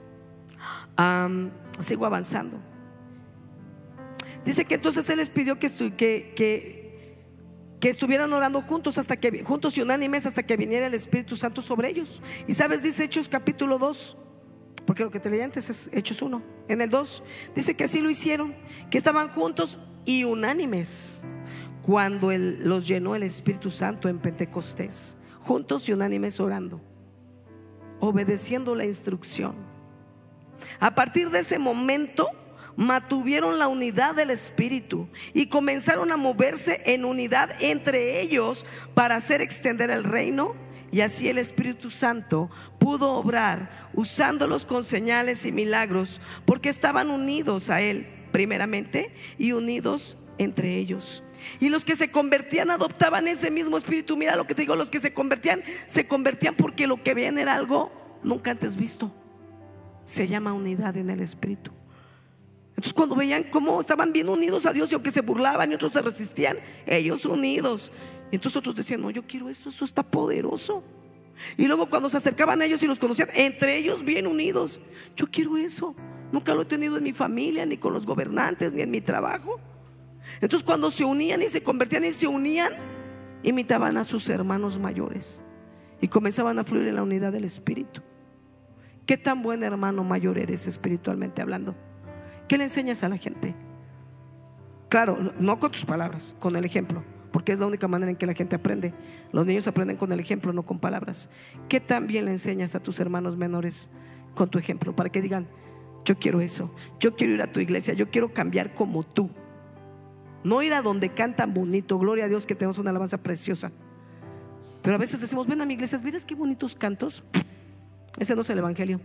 S1: sigo avanzando. Dice que entonces Él les pidió que estuvieran orando juntos juntos y unánimes hasta que viniera el Espíritu Santo sobre ellos. Y sabes, dice Hechos capítulo 2, porque lo que te leí antes es Hechos 1. En el 2 dice que así lo hicieron, que estaban juntos y unánimes cuando los llenó el Espíritu Santo en Pentecostés. Juntos y unánimes orando, obedeciendo la instrucción. A partir de ese momento mantuvieron la unidad del Espíritu y comenzaron a moverse en unidad entre ellos para hacer extender el reino. Y así el Espíritu Santo pudo obrar usándolos con señales y milagros, porque estaban unidos a Él primeramente y unidos entre ellos. Y los que se convertían adoptaban ese mismo espíritu. Mira lo que te digo, los que se convertían porque lo que veían era algo nunca antes visto. Se llama unidad en el Espíritu. Entonces cuando veían cómo estaban bien unidos a Dios, y aunque se burlaban y otros se resistían, ellos unidos, y entonces otros decían, no, yo quiero eso está poderoso. Y luego cuando se acercaban a ellos y los conocían, entre ellos bien unidos, yo quiero eso. Nunca lo he tenido en mi familia, ni con los gobernantes, ni en mi trabajo. Entonces cuando se unían y se convertían y se unían, imitaban a sus hermanos mayores y comenzaban a fluir en la unidad del Espíritu. ¿Qué tan buen hermano mayor eres espiritualmente hablando? ¿Qué le enseñas a la gente? Claro, no con tus palabras, con el ejemplo, porque es la única manera en que la gente aprende. Los niños aprenden con el ejemplo, no con palabras. ¿Qué tan bien le enseñas a tus hermanos menores con tu ejemplo? Para que digan, yo quiero eso, yo quiero ir a tu iglesia, yo quiero cambiar como tú. No ir a donde cantan bonito, gloria a Dios que tenemos una alabanza preciosa, pero a veces decimos, ven a mi iglesia, ¿miras qué bonitos cantos? Ese no es el evangelio.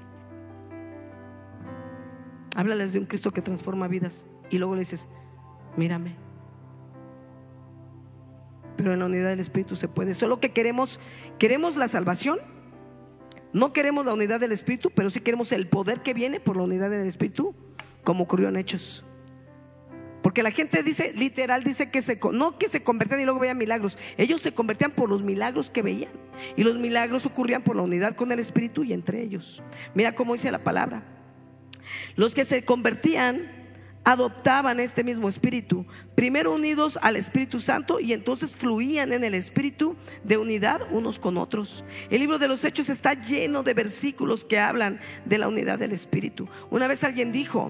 S1: Háblales de un Cristo que transforma vidas, y luego le dices, mírame. Pero en la unidad del Espíritu se puede. Solo que queremos la salvación. No queremos la unidad del Espíritu, pero sí queremos el poder que viene por la unidad del Espíritu, como ocurrió en Hechos. Porque la gente dice, literal dice que no que se convertían y luego veían milagros. Ellos se convertían por los milagros que veían, y los milagros ocurrían por la unidad con el Espíritu y entre ellos. Mira cómo dice la palabra. Los que se convertían adoptaban este mismo Espíritu, primero unidos al Espíritu Santo, y entonces fluían en el Espíritu de unidad unos con otros. El libro de los Hechos está lleno de versículos que hablan de la unidad del Espíritu. Una vez alguien dijo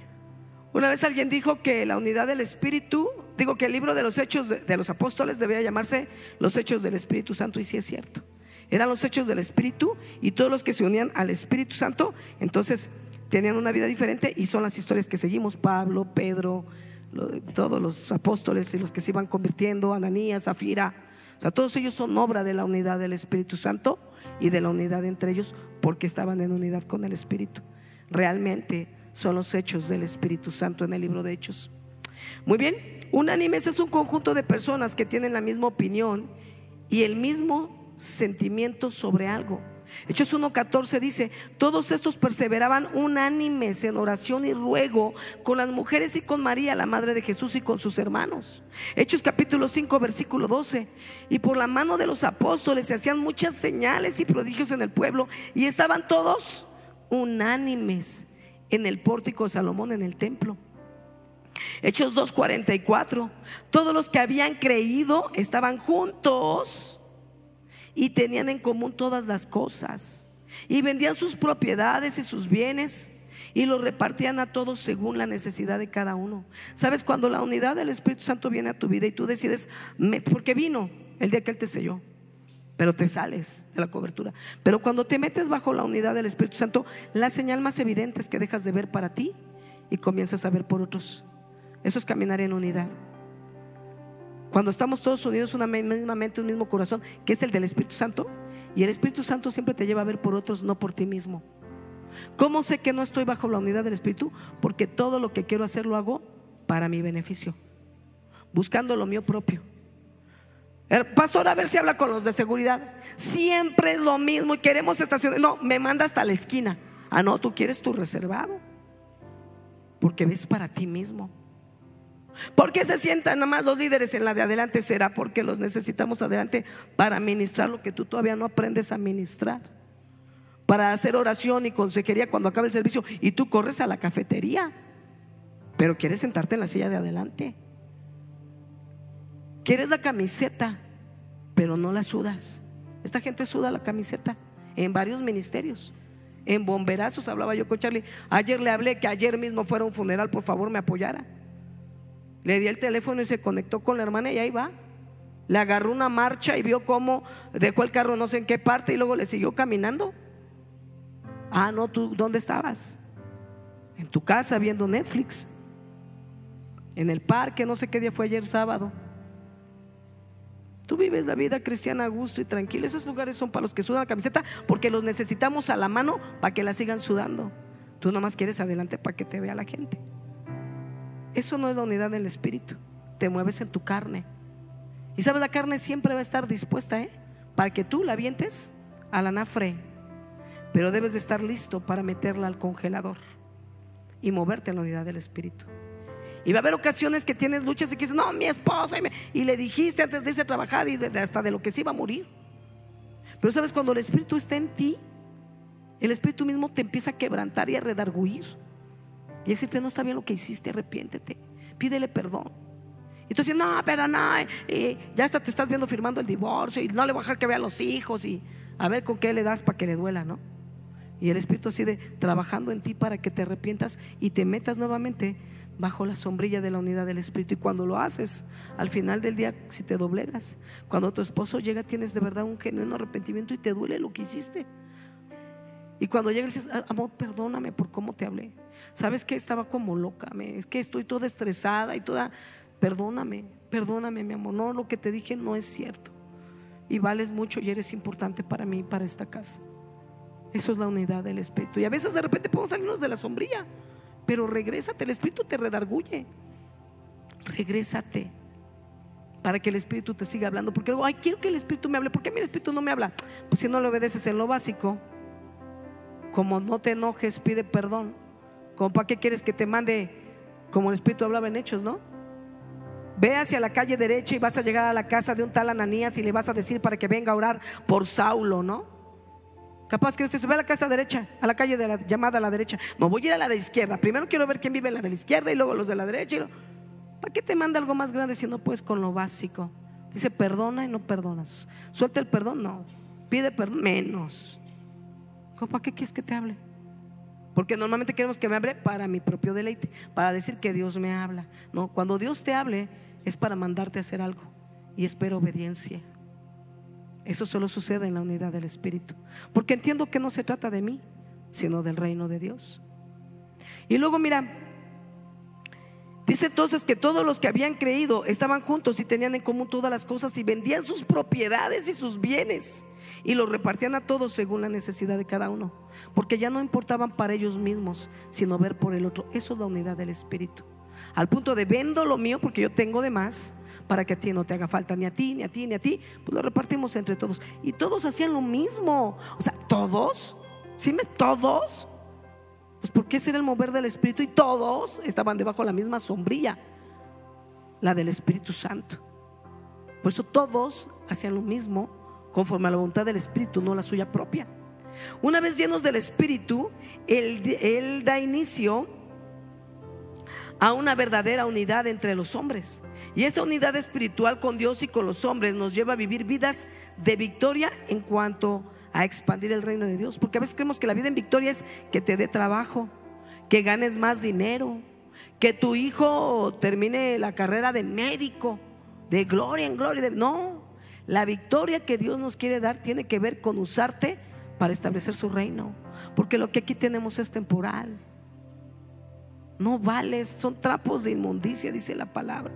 S1: que la unidad del Espíritu, que el libro de los Hechos de los Apóstoles debía llamarse los Hechos del Espíritu Santo, y sí es cierto. Eran los Hechos del Espíritu, y todos los que se unían al Espíritu Santo entonces tenían una vida diferente, y son las historias que seguimos: Pablo, Pedro, todos los apóstoles y los que se iban convirtiendo, Ananías, Zafira. O sea, todos ellos son obra de la unidad del Espíritu Santo y de la unidad entre ellos, porque estaban en unidad con el Espíritu. Realmente son los hechos del Espíritu Santo en el libro de Hechos. Muy bien, unánimes es un conjunto de personas que tienen la misma opinión y el mismo sentimiento sobre algo. Hechos 1:14 dice: todos estos perseveraban unánimes en oración y ruego con las mujeres y con María, la madre de Jesús, y con sus hermanos. Hechos capítulo 5 versículo 12: y por la mano de los apóstoles se hacían muchas señales y prodigios en el pueblo, y estaban todos unánimes en el pórtico de Salomón, en el templo. Hechos 2:44: todos los que habían creído estaban juntos y tenían en común todas las cosas, y vendían sus propiedades y sus bienes y los repartían a todos según la necesidad de cada uno. ¿Sabes? Cuando la unidad del Espíritu Santo viene a tu vida y tú decides, porque vino el día que Él te selló, pero te sales de la cobertura. Pero cuando te metes bajo la unidad del Espíritu Santo, la señal más evidente es que dejas de ver para ti y comienzas a ver por otros. Eso es caminar en unidad. Cuando estamos todos unidos, una misma mente, un mismo corazón, que es el del Espíritu Santo, y el Espíritu Santo siempre te lleva a ver por otros, no por ti mismo. ¿Cómo sé que no estoy bajo la unidad del Espíritu? Porque todo lo que quiero hacer lo hago para mi beneficio, buscando lo mío propio. Pastor, a ver si habla con los de seguridad. Siempre es lo mismo y queremos estaciones. No, me manda hasta la esquina. Ah, no, tú quieres tu reservado, porque ves para ti mismo. ¿Por qué se sientan nada más los líderes en la de adelante? Será porque los necesitamos adelante para ministrar lo que tú todavía no aprendes a ministrar, para hacer oración y consejería cuando acabe el servicio, y tú corres a la cafetería, pero quieres sentarte en la silla de adelante. Quieres la camiseta, pero no la sudas. Esta gente suda la camiseta en varios ministerios. En bomberazos hablaba yo con Charlie. Ayer le hablé que ayer mismo fuera un funeral, por favor me apoyara. Le di el teléfono y se conectó con la hermana y ahí va. Le agarró una marcha y vio cómo dejó el carro no sé en qué parte y luego le siguió caminando. Ah, no, ¿tú dónde estabas? En tu casa viendo Netflix, en el parque, no sé qué día fue ayer sábado. Tú vives la vida cristiana a gusto y tranquilo. Esos lugares son para los que sudan la camiseta, porque los necesitamos a la mano para que la sigan sudando. Tú nomás quieres adelante para que te vea la gente. Eso no es la unidad del Espíritu. Te mueves en tu carne. Y sabes, la carne siempre va a estar dispuesta, para que tú la avientes al anafre. Pero debes de estar listo para meterla al congelador y moverte en la unidad del Espíritu. Y va a haber ocasiones que tienes luchas y que dices: no, mi esposo, y le dijiste antes de irse a trabajar y hasta de lo que se iba a morir. Pero sabes, cuando el Espíritu está en ti, el Espíritu mismo te empieza a quebrantar y a redarguir y decirte: no está bien lo que hiciste, arrepiéntete, pídele perdón. Y tú dices: no, pero no, ya hasta te estás viendo firmando el divorcio y no le voy a dejar que vea a los hijos, y a ver con qué le das para que le duela, ¿no? Y el Espíritu así de trabajando en ti para que te arrepientas y te metas nuevamente bajo la sombrilla de la unidad del Espíritu. Y cuando lo haces, al final del día, si te doblegas, cuando tu esposo llega, tienes de verdad un genuino arrepentimiento y te duele lo que hiciste. Y cuando llega dices: amor, perdóname por cómo te hablé. ¿Sabes qué? Estaba como loca, es que estoy toda estresada y toda... Perdóname, mi amor, no, lo que te dije no es cierto, y vales mucho y eres importante para mí y para esta casa. Eso es la unidad del Espíritu. Y a veces de repente podemos salirnos de la sombrilla, pero regrésate, el Espíritu te redarguye. Regrésate para que el Espíritu te siga hablando. Porque luego, ay, quiero que el Espíritu me hable. ¿Por qué mi Espíritu no me habla? Pues si no le obedeces en lo básico. Como no te enojes, pide perdón. Como para qué quieres que te mande, como el Espíritu hablaba en Hechos, ¿no? Ve hacia la calle derecha y vas a llegar a la casa de un tal Ananías y le vas a decir para que venga a orar por Saulo, ¿no? Capaz que usted se ve a la casa derecha, a la calle llamada a la derecha. No, voy a ir a la de la izquierda. Primero quiero ver quién vive en la de la izquierda y luego los de la derecha. ¿Para qué te manda algo más grande si no puedes con lo básico? Dice: perdona y no perdonas. Suelta el perdón, no. Pide perdón, menos. ¿Para qué quieres que te hable? Porque normalmente queremos que me hable para mi propio deleite, para decir que Dios me habla. No, cuando Dios te hable es para mandarte a hacer algo y espero obediencia. Eso solo sucede en la unidad del Espíritu, porque entiendo que no se trata de mí, sino del reino de Dios. Y luego mira, dice entonces que todos los que habían creído estaban juntos y tenían en común todas las cosas, y vendían sus propiedades y sus bienes y los repartían a todos según la necesidad de cada uno, porque ya no importaban para ellos mismos, sino ver por el otro. Eso es la unidad del Espíritu. Al punto de: vendo lo mío porque yo tengo de más, para que a ti no te haga falta, ni a ti, ni a ti, ni a ti. Pues lo repartimos entre todos. Y todos hacían lo mismo. O sea, todos, ¿sí todos? Pues porque ese era el mover del Espíritu, y todos estaban debajo de la misma sombrilla, la del Espíritu Santo. Por eso todos hacían lo mismo conforme a la voluntad del Espíritu, no la suya propia. Una vez llenos del Espíritu, Él da inicio a una verdadera unidad entre los hombres. Y esta unidad espiritual con Dios y con los hombres nos lleva a vivir vidas de victoria en cuanto a expandir el reino de Dios. Porque a veces creemos que la vida en victoria es que te dé trabajo, que ganes más dinero, que tu hijo termine la carrera de médico, de gloria en gloria. No, la victoria que Dios nos quiere dar tiene que ver con usarte para establecer su reino. Porque lo que aquí tenemos es temporal. No vales, son trapos de inmundicia, dice la palabra.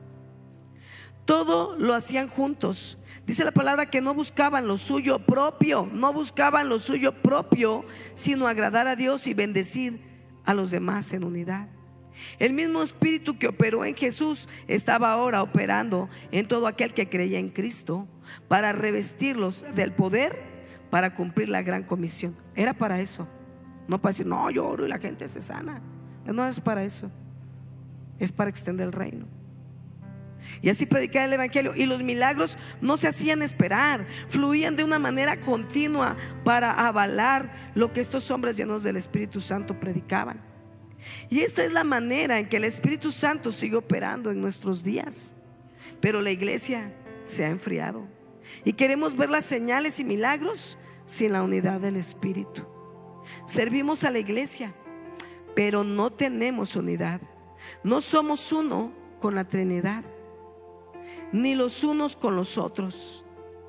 S1: Todo lo hacían juntos. Dice la palabra que no buscaban lo suyo propio, no buscaban lo suyo propio, sino agradar a Dios y bendecir a los demás en unidad. El mismo Espíritu que operó en Jesús estaba ahora operando en todo aquel que creía en Cristo, para revestirlos del poder para cumplir la gran comisión. Era para eso, no para decir no, yo oro y la gente se sana. No es para eso, es para extender el reino. Y así predicar el evangelio. Y los milagros no se hacían esperar, fluían de una manera continua para avalar lo que estos hombres llenos del Espíritu Santo predicaban. Y esta es la manera en que el Espíritu Santo sigue operando en nuestros días. Pero la iglesia se ha enfriado y queremos ver las señales y milagros sin la unidad del Espíritu. Servimos a la iglesia, pero no tenemos unidad. No somos uno con la Trinidad, ni los unos con los otros.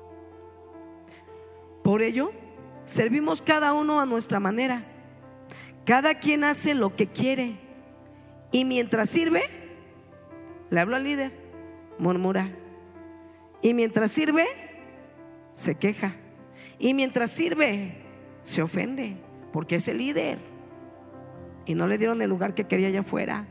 S1: Por ello, servimos cada uno a nuestra manera. Cada quien hace lo que quiere, y mientras sirve, le hablo al líder, murmura. Y mientras sirve, se queja. Y mientras sirve, se ofende, porque es el líder y no le dieron el lugar que quería allá afuera.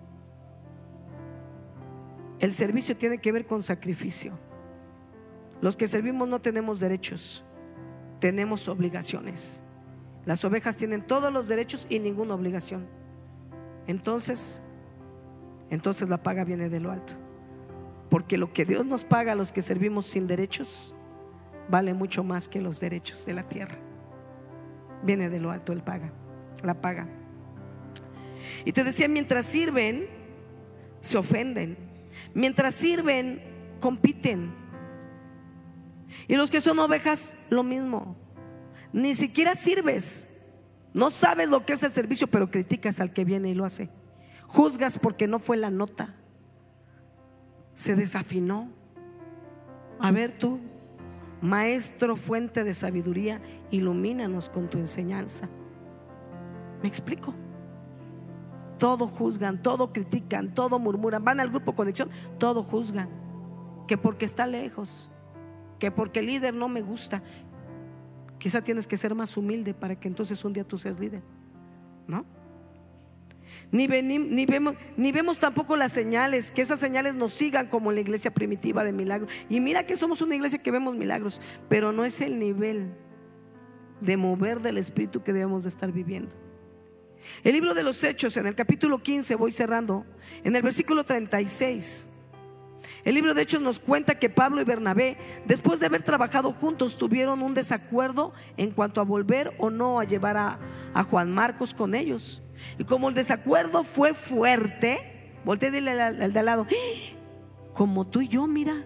S1: El servicio tiene que ver con sacrificio. Los que servimos no tenemos derechos, tenemos obligaciones. Las ovejas tienen todos los derechos y ninguna obligación. Entonces la paga viene de lo alto. Porque lo que Dios nos paga a los que servimos sin derechos vale mucho más que los derechos de la tierra. Viene de lo alto, Él paga, la paga. Y te decía, mientras sirven, se ofenden. Mientras sirven, compiten. Y los que son ovejas, lo mismo. Ni siquiera sirves, no sabes lo que es el servicio, pero criticas al que viene y lo hace. Juzgas porque no fue la nota, se desafinó. A ver tú, maestro, fuente de sabiduría, ilumínanos con tu enseñanza. ¿Me explico? Todo juzgan, todo critican, todo murmuran. Van al grupo Conexión, todo juzgan. Que porque está lejos, que porque el líder no me gusta. Quizá tienes que ser más humilde para que entonces un día tú seas líder, ¿no? Ni vemos tampoco las señales, que esas señales nos sigan como en la iglesia primitiva de milagros. Y mira que somos una iglesia que vemos milagros, pero no es el nivel de mover del Espíritu que debemos de estar viviendo. El libro de los Hechos, en el capítulo 15, voy cerrando, en el versículo 36. El libro de Hechos nos cuenta que Pablo y Bernabé, después de haber trabajado juntos, tuvieron un desacuerdo en cuanto a volver o no a llevar a Juan Marcos con ellos. Y como el desacuerdo fue fuerte, voltea y dile al de al lado, como tú y yo, mira,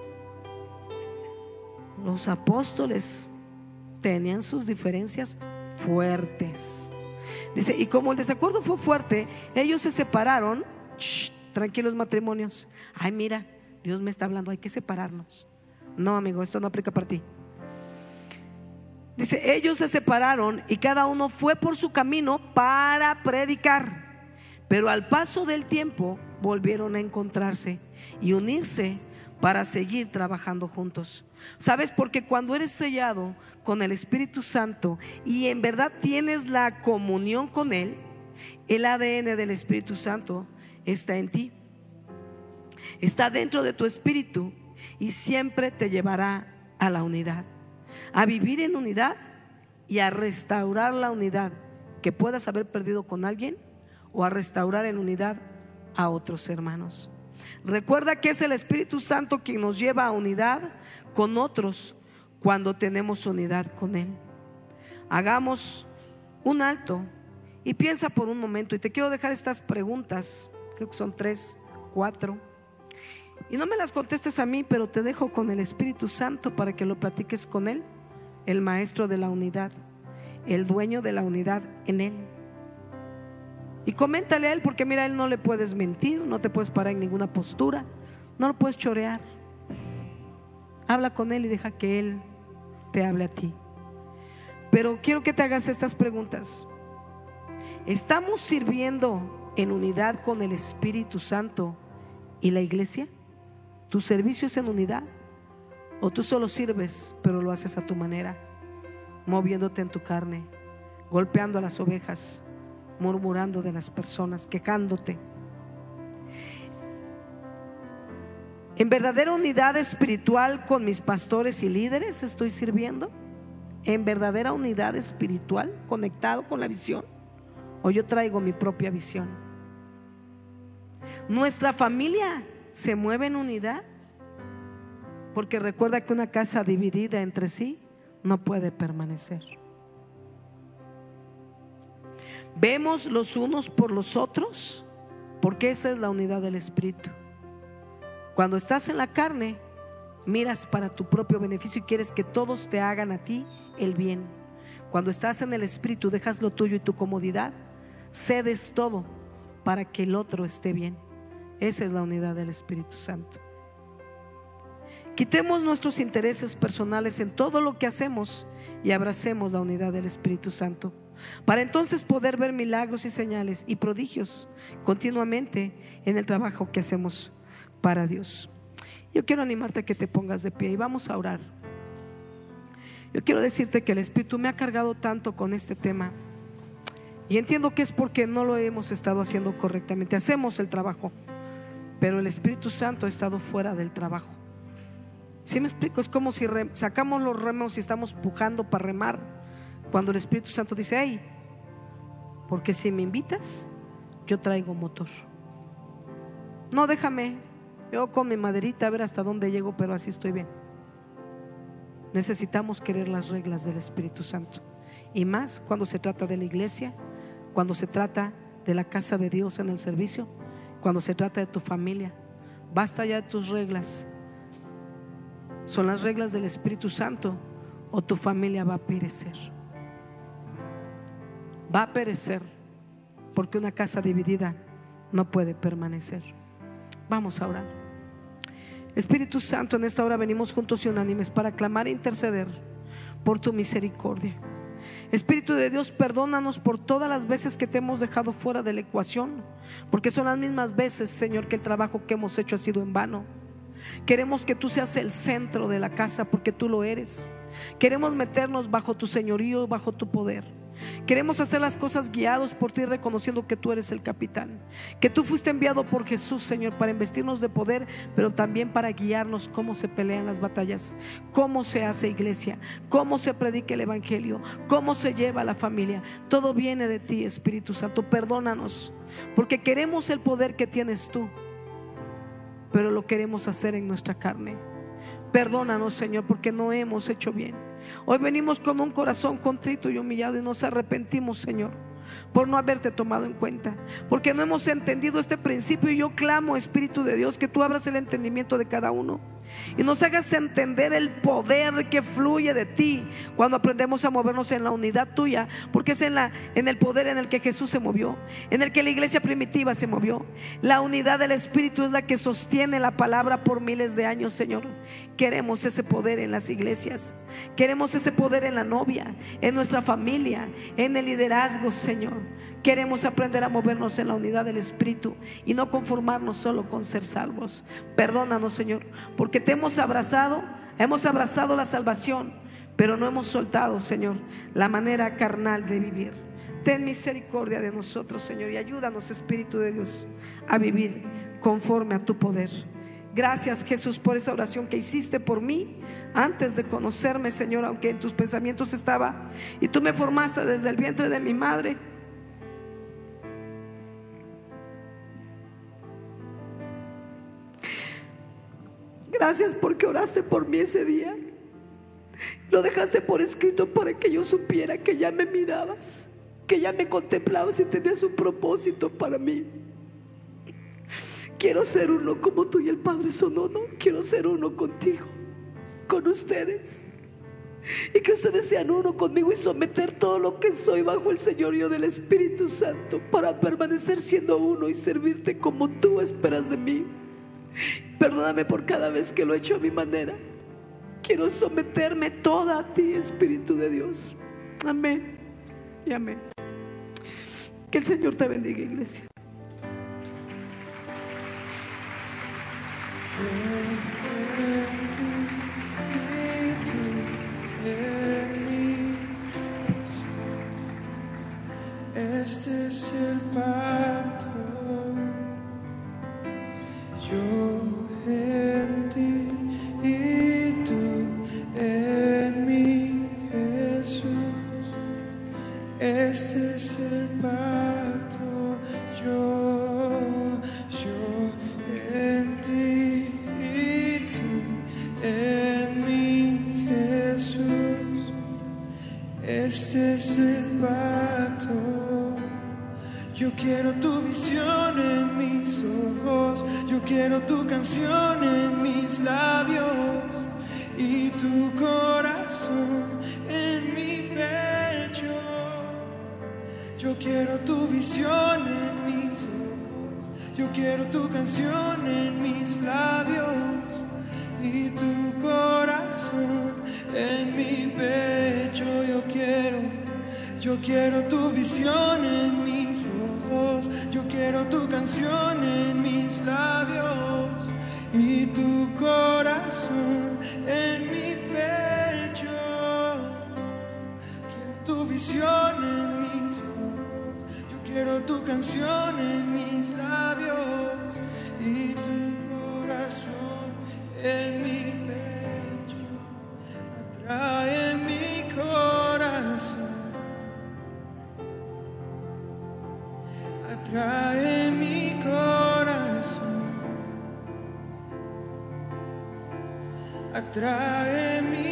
S1: los apóstoles tenían sus diferencias fuertes. Dice, y como el desacuerdo fue fuerte, ellos se separaron. Tranquilos matrimonios. Ay, mira, Dios me está hablando, hay que separarnos. No, amigo, esto no aplica para ti. Dice, ellos se separaron y cada uno fue por su camino para predicar. Pero al paso del tiempo volvieron a encontrarse y unirse para seguir trabajando juntos. ¿Sabes? Porque cuando eres sellado con el Espíritu Santo y en verdad tienes la comunión con Él, el ADN del Espíritu Santo está en ti. está dentro de tu espíritu y siempre te llevará a la unidad, a vivir en unidad y a restaurar la unidad que puedas haber perdido con alguien, o a restaurar en unidad a otros hermanos. Recuerda que es el Espíritu Santo quien nos lleva a unidad con otros cuando tenemos unidad con Él. Hagamos un alto y piensa por un momento, y te quiero dejar estas preguntas, creo que son 3, 4, y no me las contestes a mí, pero te dejo con el Espíritu Santo para que lo platiques con Él, el maestro de la unidad, el dueño de la unidad en Él. Y coméntale a Él, porque mira, a Él no le puedes mentir, no te puedes parar en ninguna postura, no lo puedes chorear. Habla con Él y deja que Él te hable a ti. Pero quiero que te hagas estas preguntas. ¿Estamos sirviendo en unidad con el Espíritu Santo y la iglesia? ¿Tu servicio es en unidad? ¿O tú solo sirves pero lo haces a tu manera, moviéndote en tu carne, golpeando a las ovejas, murmurando de las personas, quejándote? ¿En verdadera unidad espiritual con mis pastores y líderes estoy sirviendo? ¿En verdadera unidad espiritual, conectado con la visión? ¿O yo traigo mi propia visión? ¿Nuestra familia se mueve en unidad? Porque recuerda que una casa dividida entre sí no puede permanecer. ¿Vemos los unos por los otros? Porque esa es la unidad del Espíritu. Cuando estás en la carne, miras para tu propio beneficio y quieres que todos te hagan a ti el bien. Cuando estás en el Espíritu, dejas lo tuyo y tu comodidad, cedes todo para que el otro esté bien. Esa es la unidad del Espíritu Santo. Quitemos nuestros intereses personales en todo lo que hacemos y abracemos la unidad del Espíritu Santo, para entonces poder ver milagros y señales y prodigios continuamente en el trabajo que hacemos para Dios. Yo quiero animarte a que te pongas de pie y vamos a orar. Yo quiero decirte que el Espíritu me ha cargado tanto con este tema, y entiendo que es porque no lo hemos estado haciendo correctamente. Hacemos el trabajo, pero el Espíritu Santo ha estado fuera del trabajo. ¿Sí me explico? Es como si sacamos los remos y estamos pujando para remar, cuando el Espíritu Santo dice: hey, porque si me invitas, yo traigo motor. No, déjame, yo con mi maderita a ver hasta dónde llego, pero así estoy bien. Necesitamos querer las reglas del Espíritu Santo, y más cuando se trata de la iglesia, cuando se trata de la casa de Dios en el servicio, cuando se trata de tu familia. Basta ya de tus reglas. Son las reglas del Espíritu Santo, o tu familia va a perecer. Va a perecer, porque una casa dividida no puede permanecer. Vamos a orar. Espíritu Santo, en esta hora venimos juntos y unánimes para clamar e interceder por tu misericordia. Espíritu de Dios, perdónanos por todas las veces que te hemos dejado fuera de la ecuación, porque son las mismas veces, Señor, que el trabajo que hemos hecho ha sido en vano. Queremos que tú seas el centro de la casa, porque tú lo eres. Queremos meternos bajo tu señorío, bajo tu poder. Queremos hacer las cosas guiados por ti, reconociendo que tú eres el capitán, que tú fuiste enviado por Jesús, Señor, para investirnos de poder, pero también para guiarnos cómo se pelean las batallas, cómo se hace iglesia, cómo se predica el evangelio, cómo se lleva a la familia. Todo viene de ti, Espíritu Santo. Perdónanos, porque queremos el poder que tienes tú, pero lo queremos hacer en nuestra carne. Perdónanos, Señor, porque no hemos hecho bien. Hoy venimos con un corazón contrito y humillado, y nos arrepentimos, Señor, por no haberte tomado en cuenta, porque no hemos entendido este principio. Y yo clamo, Espíritu de Dios, que tú abras el entendimiento de cada uno y nos hagas entender el poder que fluye de ti cuando aprendemos a movernos en la unidad tuya, porque es en el poder en el que Jesús se movió, en el que la iglesia primitiva se movió. La unidad del Espíritu es la que sostiene la palabra por miles de años, Señor. Queremos ese poder en las iglesias, queremos ese poder en la novia, en nuestra familia, en el liderazgo, Señor. Queremos aprender a movernos en la unidad del Espíritu y no conformarnos solo con ser salvos. Perdónanos, Señor, porque te hemos abrazado la salvación, pero no hemos soltado, Señor, la manera carnal de vivir. Ten misericordia de nosotros, Señor, y ayúdanos, Espíritu de Dios, a vivir conforme a tu poder. Gracias, Jesús, por esa oración que hiciste por mí antes de conocerme, Señor, aunque en tus pensamientos estaba, y tú me formaste desde el vientre de mi madre. Gracias porque oraste por mí ese día. Lo dejaste por escrito para que yo supiera que ya me mirabas, que ya me contemplabas y tenías un propósito para mí. Quiero ser uno como tú y el Padre son uno. Quiero ser uno contigo, con ustedes, y que ustedes sean uno conmigo y someter todo lo que soy bajo el señorío del Espíritu Santo, para permanecer siendo uno y servirte como tú esperas de mí. Perdóname por cada vez que lo he hecho a mi manera. Quiero someterme toda a ti, Espíritu de Dios. Amén y amén. Que el Señor te bendiga, iglesia.
S2: Este es el pacto, yo en ti y tú en mí, Jesús. Este es el pacto, yo en ti y tú en mí, Jesús. Este es el pacto. Yo quiero tu visión en mis ojos, yo quiero tu canción en mis labios y tu corazón en mi pecho. Yo quiero tu visión en mis ojos, yo quiero tu canción en mis labios y tu corazón en mi pecho. Yo quiero tu visión en mis ojos, yo quiero tu canción en mis labios y tu corazón en mi pecho. Quiero tu visión en mis ojos, yo quiero tu canción en mis labios y tu corazón en mi pecho. Atrae mi corazón, atrae mi corazón, atrae mi